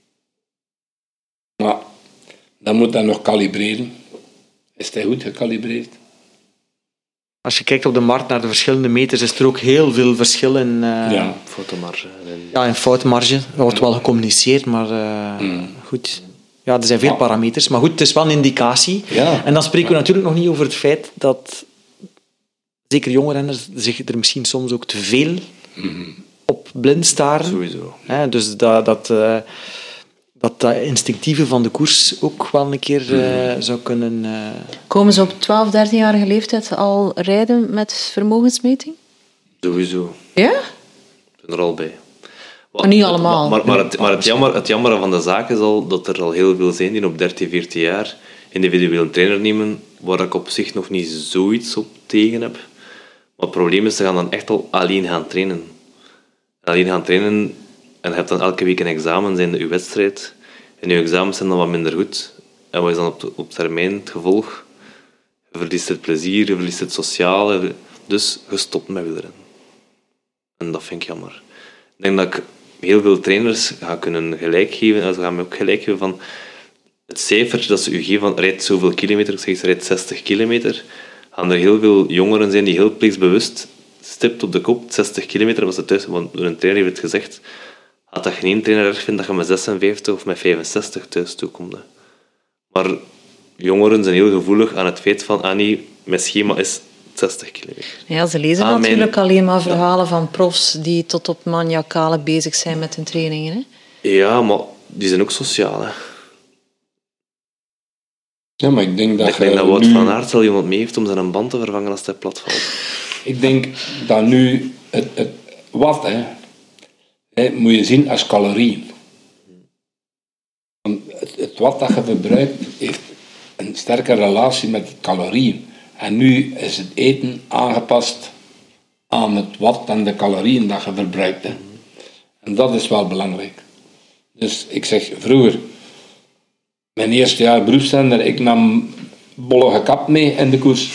Maar dan moet dat nog kalibreren. Is hij goed gecalibreerd? Als je kijkt op de markt naar de verschillende meters, is er ook heel veel verschil in, uh, Ja. Fotomarge. En ja, in foutmarge. Er wordt wel gecommuniceerd, maar uh, goed. Ja, er zijn veel Ja. parameters. Maar goed, het is wel een indicatie. Ja. En dan spreken we natuurlijk nog niet over het feit dat zeker jonge renners zich er misschien soms ook te veel op blind staren. Sowieso. Hè, dus dat, dat, uh, dat dat instinctieve van de koers ook wel een keer uh, zou kunnen... Uh, Komen ze op twaalf, dertienjarige leeftijd al rijden met vermogensmeting? Sowieso. Ja? Ik ben er al bij. Wat- Maar niet allemaal. Maar, maar, het, maar het, jammer, het jammer van de zaak is al dat er al heel veel zijn die op dertien, veertien jaar individueel een trainer nemen, waar ik op zich nog niet zoiets op tegen heb. Maar het probleem is, ze gaan dan echt al alleen gaan trainen. Alleen gaan trainen en je hebt dan elke week een examen, zijn de je wedstrijd. En je examens zijn dan wat minder goed. En wat is dan op, op termijn het gevolg? Je verliest het plezier, je verliest het sociale. Dus je stopt met wielrennen. En dat vind ik jammer. Ik denk dat ik heel veel trainers ga kunnen gelijk geven. En ze gaan me ook gelijk geven van het cijfertje dat ze u geven van rijd zoveel kilometer, ik zeg ze rijd zestig kilometer, gaan er heel veel jongeren zijn die heel plichtsbewust stipt op de kop, zestig kilometer, omdat ze thuis, want een trainer heeft het gezegd, had dat geen trainer erg vindt dat je met zesenvijftig of met vijfenzestig thuis toekomt. hè. Maar jongeren zijn heel gevoelig aan het feit van, ah nee, mijn schema is zestig kilometer. Ja, ze lezen Ah, mijn- natuurlijk alleen maar verhalen van profs die tot op maniacale bezig zijn met hun trainingen. Hè? Ja, maar die zijn ook sociaal. Hè. Ja, maar ik denk dat Ik denk je dat Wout nu- van Aert wel iemand mee heeft om zijn band te vervangen als hij plat valt. Ik denk dat nu het, het wat, hè, hè, moet je zien als calorieën. Want het, het wat dat je verbruikt heeft een sterke relatie met de calorieën. En nu is het eten aangepast aan het wat en de calorieën dat je verbruikt. Hè. En dat is wel belangrijk. Dus ik zeg vroeger, mijn eerste jaar beroepszender, ik nam bollige kap mee in de koers.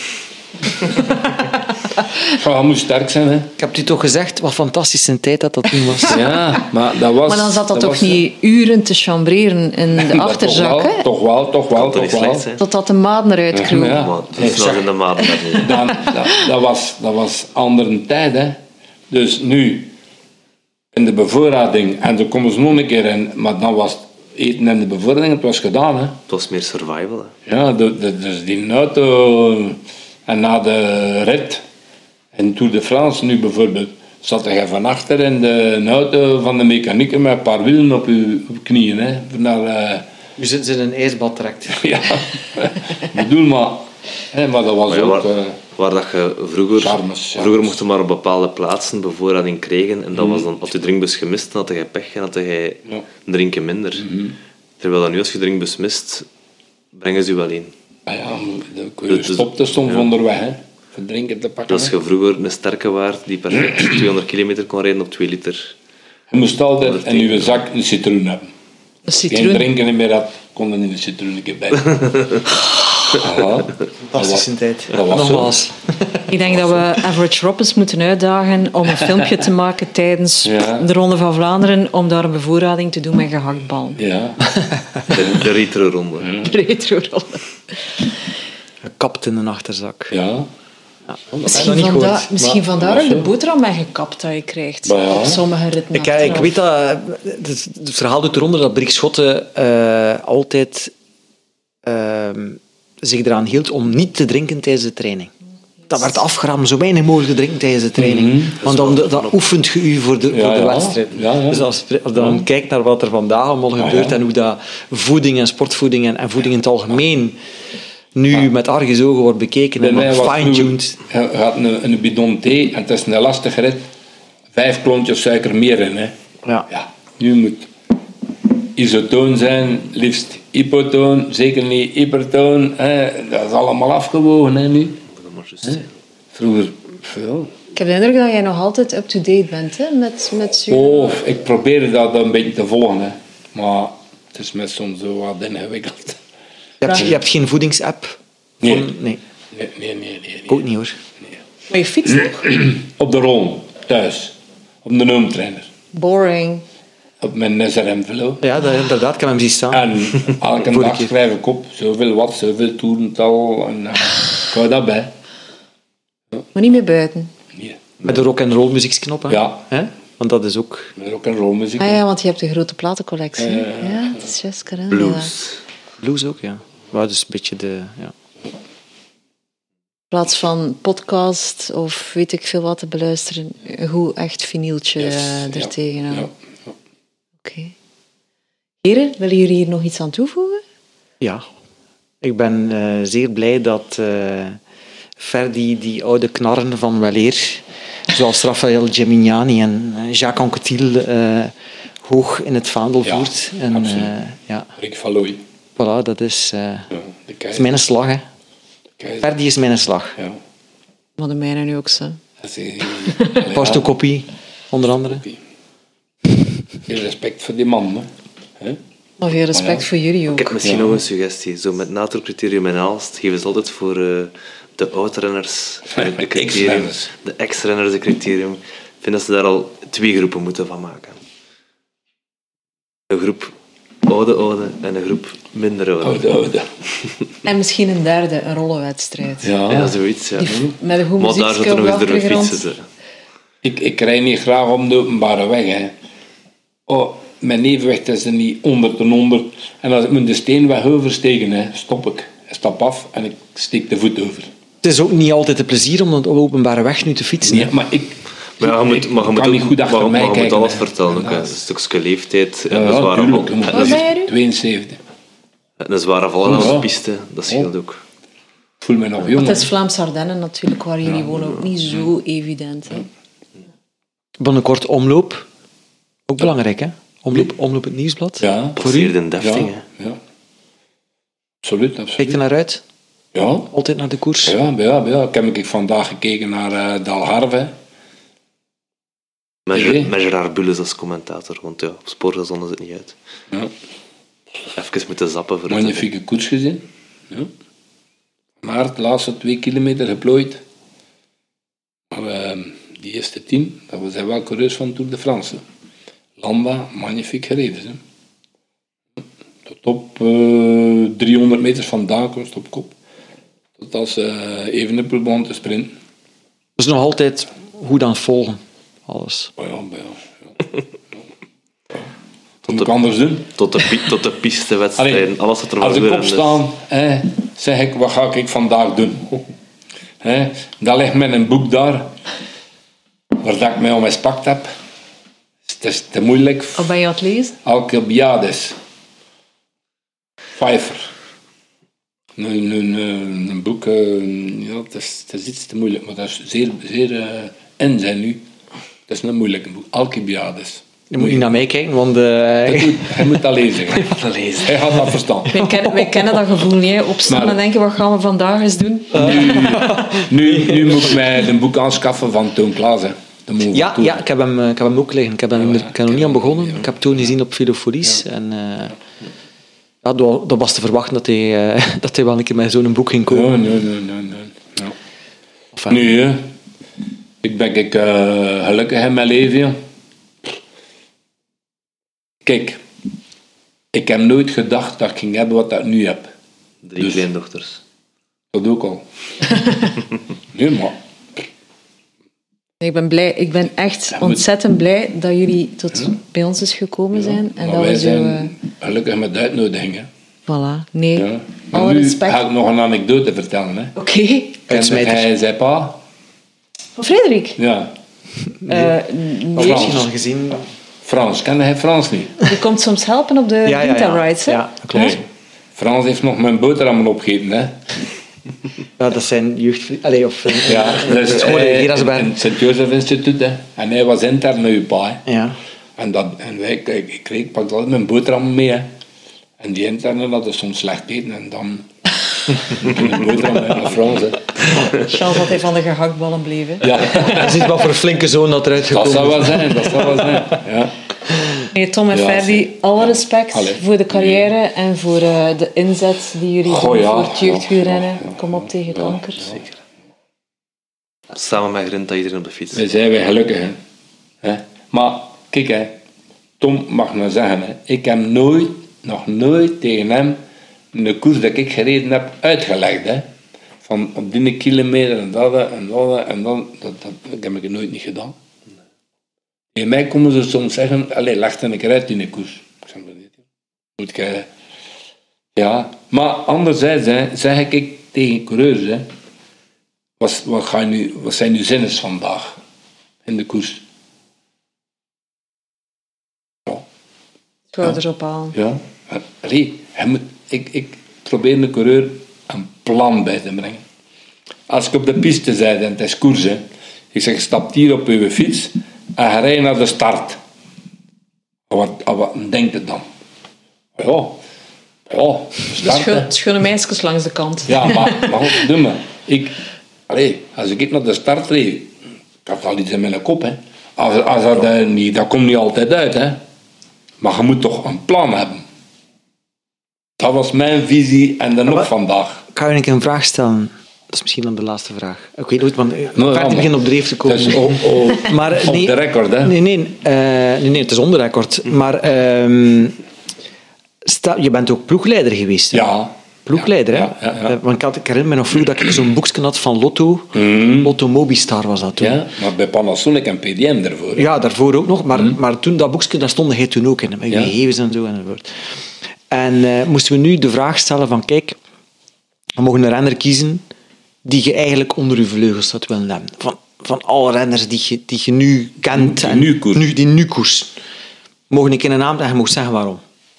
Ja, je moet sterk zijn, hè. ik heb het u toch gezegd, wat fantastische tijd dat dat toen was. Ja, maar dat was... Maar dan zat dat, toch was- niet uren te chambreren in de Dat achterzak, toch wel, hè? Toch wel, toch wel, Kan toch toch niet wel. slecht zijn? Totdat de maden eruit kroegen. Ja. Maar dat is nog in de maat. dat niet. Dan, dat, dat, was, dat was andere tijd, hè. Dus nu, in de bevoorrading, en dan komen ze nog een keer in, maar dan was het eten en de bevoorrading, het was gedaan, hè. Het was meer survival. Hè. Ja, de, de, dus die auto, en na de rit, in Tour de France nu bijvoorbeeld, zat je van achter in de auto van de mechanieker met een paar wielen op je, op je knieën, hè. Voor naar, eh, U zit in een ijsbad trekt. ja, ik bedoel maar, hè, maar dat was Maar ja, ook... waar, eh, waar dat je vroeger, Charmes, ja. vroeger mocht je maar op bepaalde plaatsen bevoorrading krijgen en dat was dan, had je drinkbus gemist, dan had je pech en had je Ja. drinken minder. Terwijl dan nu als je drinkbus mist, brengen ze je wel in. Ah ja, de Dus- stopte stond ja. onderweg, hè. Voor drinken te pakken. Als hè. je vroeger een sterke waard die perfect tweehonderd kilometer kon rijden op twee liter. Je moest altijd in je zak een citroen hebben. Een Geen citroen. drinken meer had, kon er in de citroen een keer bij. Voilà. Fantastische tijd. dat was zo. Nogmaals. Ik denk dat we Average Rob eens moeten uitdagen om een filmpje te maken tijdens Ja. de Ronde van Vlaanderen om daar een bevoorrading te doen met gehaktballen. Ja. De, de retro-ronde. Retro-ronde. Gekapt in een achterzak. Ja. Misschien, niet vanda- gehoord. misschien Maar- vandaar maar ook de zo. boterham met gekapt dat je krijgt. Maar ja. Op sommige ritten Ik, ik achteraf. weet dat... Het, het verhaal doet eronder dat Brik Schotten eh, altijd eh, zich eraan hield om niet te drinken tijdens de training. Dat werd afgeraden, zo weinig mogelijk te drinken tijdens de training. Mhm. Want dan dat oefent je u voor de, Ja, voor de ja. wedstrijd. Ja, ja. Dus als je dan kijkt naar wat er vandaag allemaal gebeurt ja. en hoe dat voeding en sportvoeding en, en voeding in het algemeen nu met argusogen wordt bekeken Bij en mij was fine-tuned. vroeger- Je had een, een bidon thee en het is een lastige rit. Vijf klontjes suiker meer in. Hè. Ja. Ja, nu moet isotoon zijn, liefst hypotoon, zeker niet hypertoon. Hè. Dat is allemaal afgewogen hè, nu. Dat moet maar juist zijn. Vroeger, ja. Ik heb de indruk dat jij nog altijd up-to-date bent hè? met, met zo- Oh, ik probeerde dat een beetje te volgen. Hè. Maar het is met soms zo wat ingewikkeld. Je hebt, je hebt geen voedingsapp? Nee. Van- nee. Nee, nee, nee. nee, nee. Ik ook niet hoor. Maar je fietst toch? Op de rol, thuis. Op de noomtrainer. Boring. Op mijn S R M-velo. Ja, dat, inderdaad, ik heb hem zien staan. En elke Vorige dag keer. schrijf ik op, zoveel wat, zoveel toerental. En uh, ik hou dat bij. Maar niet meer buiten. Nee. Met de rock-and-roll muzieksknop, hè? Ja. Hè? Want dat is ook... Met rock and roll muziek. Ah ja, want je hebt een grote platencollectie. Ja, het is juist Karen. Blues. Blues ook, ja. Maar dus een beetje de... Ja. In plaats van podcast of weet ik veel wat te beluisteren, een goed echt vinyltje Yes, eh, ja, er tegenaan. ja. Oké. Heren, willen jullie hier nog iets aan toevoegen? ja. Ik ben eh, zeer blij dat eh Ferdi die oude knarren van weleer, zoals Raphaël Gemignani en eh, Jacques Anquetil, eh, hoog in het vaandel Ja, voert. En, absoluut. eh, ja, Rick Valoy. voilà, dat is, eh, Ja, de dat is keizer. mijn slag, hè. De keizer. Ferdi is mijn slag. Ja. Maar de mijne nu ook zo. Dat is, eh, Pastokopie, onder andere. Oké. Veel respect voor die man. Hè. Hè? Maar veel respect Maar ja. voor jullie Ik ook. heb misschien Ja. nog een suggestie. Zo met NATO-criterium en Aalst geven ze altijd voor uh, de oud-renners de, de criterium, Ex-renners. de ex-renners de criterium. Ik vind dat ze daar al twee groepen moeten van maken. Een groep oude oude en een groep minder oude. Oude, oude. En misschien een derde, een rollenwedstrijd. Ja. Ja, zoiets. Ja. Die met een goed Maar daar muziekje zitten op nog eens door welke een grond. fietsen. Ze. Ik, ik rij niet graag om de openbare weg. Hè. Oh, mijn evenwicht is er niet onder ten onder. En als ik moet de steenweg oversteken, hè, stop ik. Ik stap af en ik steek de voet over. Het is ook niet altijd een plezier om op de openbare weg nu te fietsen. Nee, hè. maar ik, Maar ja, je moet, ik maar je moet kan ook, niet goed achter maar, mij maar je kijken. moet alles hè. vertellen. Ook, hè. Ja, Een stukje leeftijd. En ja, een zware tuurlijk. val- Je moet- en Wat ben jij nu? tweeënzeventig. een zware val aan Oh, ja. de piste, dat scheelt ook. Ik voel me nog Want jong. het is Vlaamse Ardennen natuurlijk, waar jullie wonen, ook niet zo evident. Hè? Binnenkort omloop. Ook belangrijk, hè? Omloop, omloop het nieuwsblad. Ja, Passeerde een defting. ja, hè. ja. Absoluut, Kijk absoluut. er naar uit. Ja, Altijd naar de koers. ja, ja, ja. Ik heb ik vandaag gekeken naar uh, Dalharve. Met, Nee. Ger- met Gerard Bulles als commentator, want ja, op Sport zonden ze het niet uit. Ja. Even moeten zappen voor het Magnifieke koers gezien. Ja. Maar de laatste twee kilometer geplooid. Maar uh, die eerste tien, dat we zijn wel coureurs van Tour de France. Landa, magnifiek gereden. Hè. Tot op uh, driehonderd meters van Dakenhorst op kop. Tot als uh, Evenepoel begon te sprinten. Dus nog altijd goed aan het volgen. Alles. Oh ja, maar ja. ja. Wat moet ik anders doen? Tot de, pi- tot de pistewedstrijden, Allee, alles wat er als was ik weer opstaan, hè, zeg ik, wat ga ik vandaag doen? Hè, dat ligt met een boek daar, waar dat ik mij om gespakt heb. Het is te moeilijk. Wat ben je aan het lezen? Alcibiades. Pfeiffer. Een, een, een, een boek, uh, ja, het, is, het is iets te moeilijk, maar dat is zeer, zeer uh, in zijn nu. Het is een moeilijk boek. Alcibiades. Je moet niet naar mij kijken, want... eh, Dat doet- Hij moet dat lezen. hè. dat lezen. Hij gaat dat verstaan. Wij kennen, wij kennen dat gevoel niet, hè. Opstaan Maar- en denken, wat gaan we vandaag eens doen? Nu, nu moet ik mij een boek aanschaffen van Toon Klaas. Hè. De Mont ja, Ventoux. ja ik, heb hem, eh, ik heb hem ook liggen. Ik heb, hem, Ja, ik heb er nog niet aan begonnen. Ik heb toen gezien op Filofolies. En uh, ja, dat dat was te verwachten dat hij, uh, dat hij wel een keer met zo'n boek ging komen. Nee, nee, nee. nee, nee. Ja. Enfin, Nu, hè. Ik ben ik, uh, gelukkig in mijn leven. ja. Kijk, ik heb nooit gedacht dat ik ging hebben wat ik nu heb. Drie Dus- kleindochters. Dat ook al. Nee, maar... Ik ben, blij, ik ben echt Ja, moet- ontzettend blij dat jullie tot bij ons is gekomen zijn. En maar dat wij we zo... zijn eh, gelukkig met de uitnodiging. Hè. voilà. Nee, Ja. Maar alle nu respect. ga ik nog een anekdote vertellen. Hè. Oké. En Uitsmijter. hij zei pa... Van Frederik? Ja, Eh, Of nee, misschien al gezien. Frans. Kende hij Frans niet? die komt soms helpen op de Ja, ja, ja. Vita Rides, hè? Ja, dat klopt. Nee. Frans heeft nog mijn boterhammen opgegeten. Hè. Ja, dat zijn jeugdvrienden. Allee, of... eh, Ja, dus scholen hij- hier als in bij. het Sint-Jozef Instituut. Hè. En hij was intern met uw pa. Hè. Ja. En, dat, en wij, ik, ik, kreeg, ik pakte altijd mijn boterhammen mee. Hè. En die internen hadden soms slecht eten. En dan... een boterham hè, met Frans. Hè. Chance dat hij van de gehaktballen bleef, hè? Ja, Je ziet wat voor een flinke zoon dat eruit dat gekomen zou is. wel zijn. Dat zou wel zijn. Ja. Nee, Tom en Ja, Ferdi, alle respect Allee. voor de carrière en voor uh, de inzet die jullie Goh, doen ja, voor het jeugdwielrennen. ja, ja, ja. Kom op tegen kanker. Zeker. Samen met Grinta iedereen op de fiets. We zijn wij gelukkig. Hè. Hè? Maar kijk, hè. Tom mag nou zeggen, hè. Ik heb nooit, nog nooit tegen hem een koers dat ik gereden heb uitgelegd. Hè. Van op die kilometer en dat en dat en dat. Dat, dat, dat heb ik nooit niet gedaan. In mij komen ze soms zeggen, allee, leg dan een keer uit in de koers. Ik zeg dat niet. Moet ik, ja, maar anderzijds hè, zeg ik tegen coureurs, hè, wat, wat, ga je nu, wat zijn nu zinnen vandaag in de koers? Ja. Schouders ophalen. Ja. Allee, hij moet, ik, ik probeer de coureur een plan bij te brengen. Als ik op de piste zei, en het is koers, hè, ik zeg, stap hier op uw fiets en ga rijden naar de start. Wat, wat denkt het dan? Ja, ja, de De start, schu- hè. schone meisjes langs de kant. Ja, maar, maar goed, doe maar. Ik, allee, als ik naar de start reed, ik had al iets in mijn kop. Hè. Als, als dat, eh, niet, dat komt niet altijd uit. Hè. Maar je moet toch een plan hebben. Dat was mijn visie en dan nog wat- vandaag. Kan je een keer een vraag stellen? Dat is misschien dan de laatste vraag. Ik weet nooit, want Nou, Ferdi ja, begint op dreef te komen. Dat is op, op, maar, op nee, de record, hè. Nee, nee, eh, nee, nee, het is onder record. Maar ehm, sta, je bent ook ploegleider geweest. Hè? Ja. Ploegleider, Ja, hè? ja, ja. Eh, Want ik, had, ik herinner me nog vroeg dat ik zo'n boekje had van Lotto. Lotto Mobistar was dat toen. Ja, maar bij Panasonic en P D M daarvoor. hè. Ja, daarvoor ook nog. Maar, maar toen dat boekje, daar stond hij toen ook in. Met Ja. gegevens en zo enzovoort. En eh, moesten we nu de vraag stellen van, kijk, we mogen een renner kiezen die je eigenlijk onder je vleugels zou willen hebben. Van, van alle renners die je, die je nu kent. Die en nu koersen. nu, die nu koersen. Mogen ik in een naam en je mag zeggen waarom.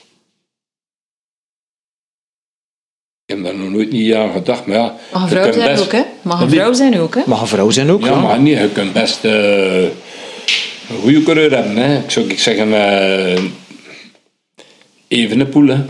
Ik heb daar nog nooit niet aan gedacht. Maar ja, Mag een je vrouw kunt zijn best- ook, hè? Mag een Dat vrouw zijn ook, hè? Mag een vrouw zijn ook. Ja, maar niet. Je kunt best eh, een goede coureur hebben. Hè. Ik zou ik zeggen, uh, Evenepoel. Hè.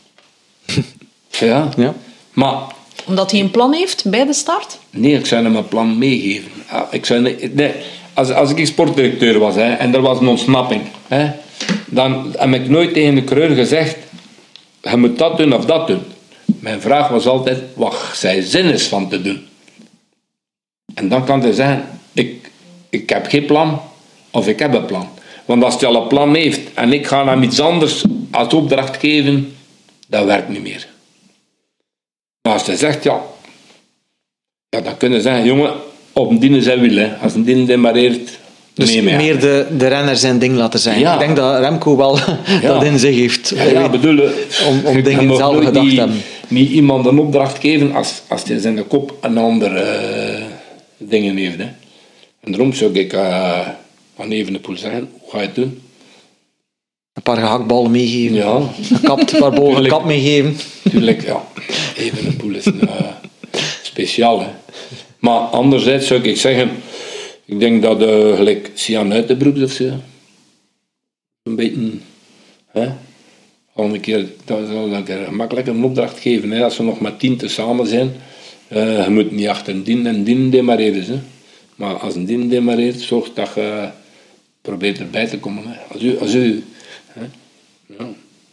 Ja. Ja. Maar Omdat hij een plan heeft bij de start? nee, ik zou hem een plan meegeven. Ah, Ik zou, niet- nee, als, als ik sportdirecteur was hè, en er was een ontsnapping, hè, dan heb ik nooit tegen de coureur gezegd, je moet dat doen of dat doen. Mijn vraag was altijd, wat zij zin is van te doen. En dan kan hij zeggen, ik, ik heb geen plan, of ik heb een plan. Want als hij al een plan heeft, en ik ga hem iets anders als opdracht geven, dat werkt niet meer. Maar als hij zegt, ja, ja dan kunnen ze zeggen, jongen, op een dienen zijn wil, hè. Als een dienen demareert, Dus neem je aan. meer de, de renner zijn ding laten zijn. Ja. Ik denk dat Remco wel dat in zich heeft. Ja, ja, bedoel, Om- om je dingen mag zelf nooit gedacht niet, hebben. niet iemand een opdracht geven als, als hij zijn kop een andere eh, dingen heeft. Hè. En daarom zou ik uh, aan Evenepoel zeggen, hoe ga je het doen? Een paar gehaktballen meegeven. Ja, Een kap, een paar bollen een kap meegeven. natuurlijk, ja. Evenepoel is een, uh, speciaal. Hè. Maar anderzijds zou ik zeggen, ik denk dat uh, gelijk Sian Uitenbroeks of zo, een beetje, hè, al een keer, dat zal een keer gemakkelijk een opdracht geven, hè, als we nog met tien te samen zijn. Uh, je moet niet achter een dien en dien demareren. Hè. Maar als een dien demareert, zorg dat je probeert erbij te komen. Hè. Als u, als u hè. Ja.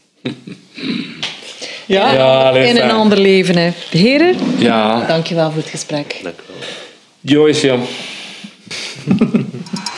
Ja, Ja, allee, in een fijn. ander leven, hè. Heren, Ja, dankjewel voor het gesprek. Dank u wel. Joyce, ja.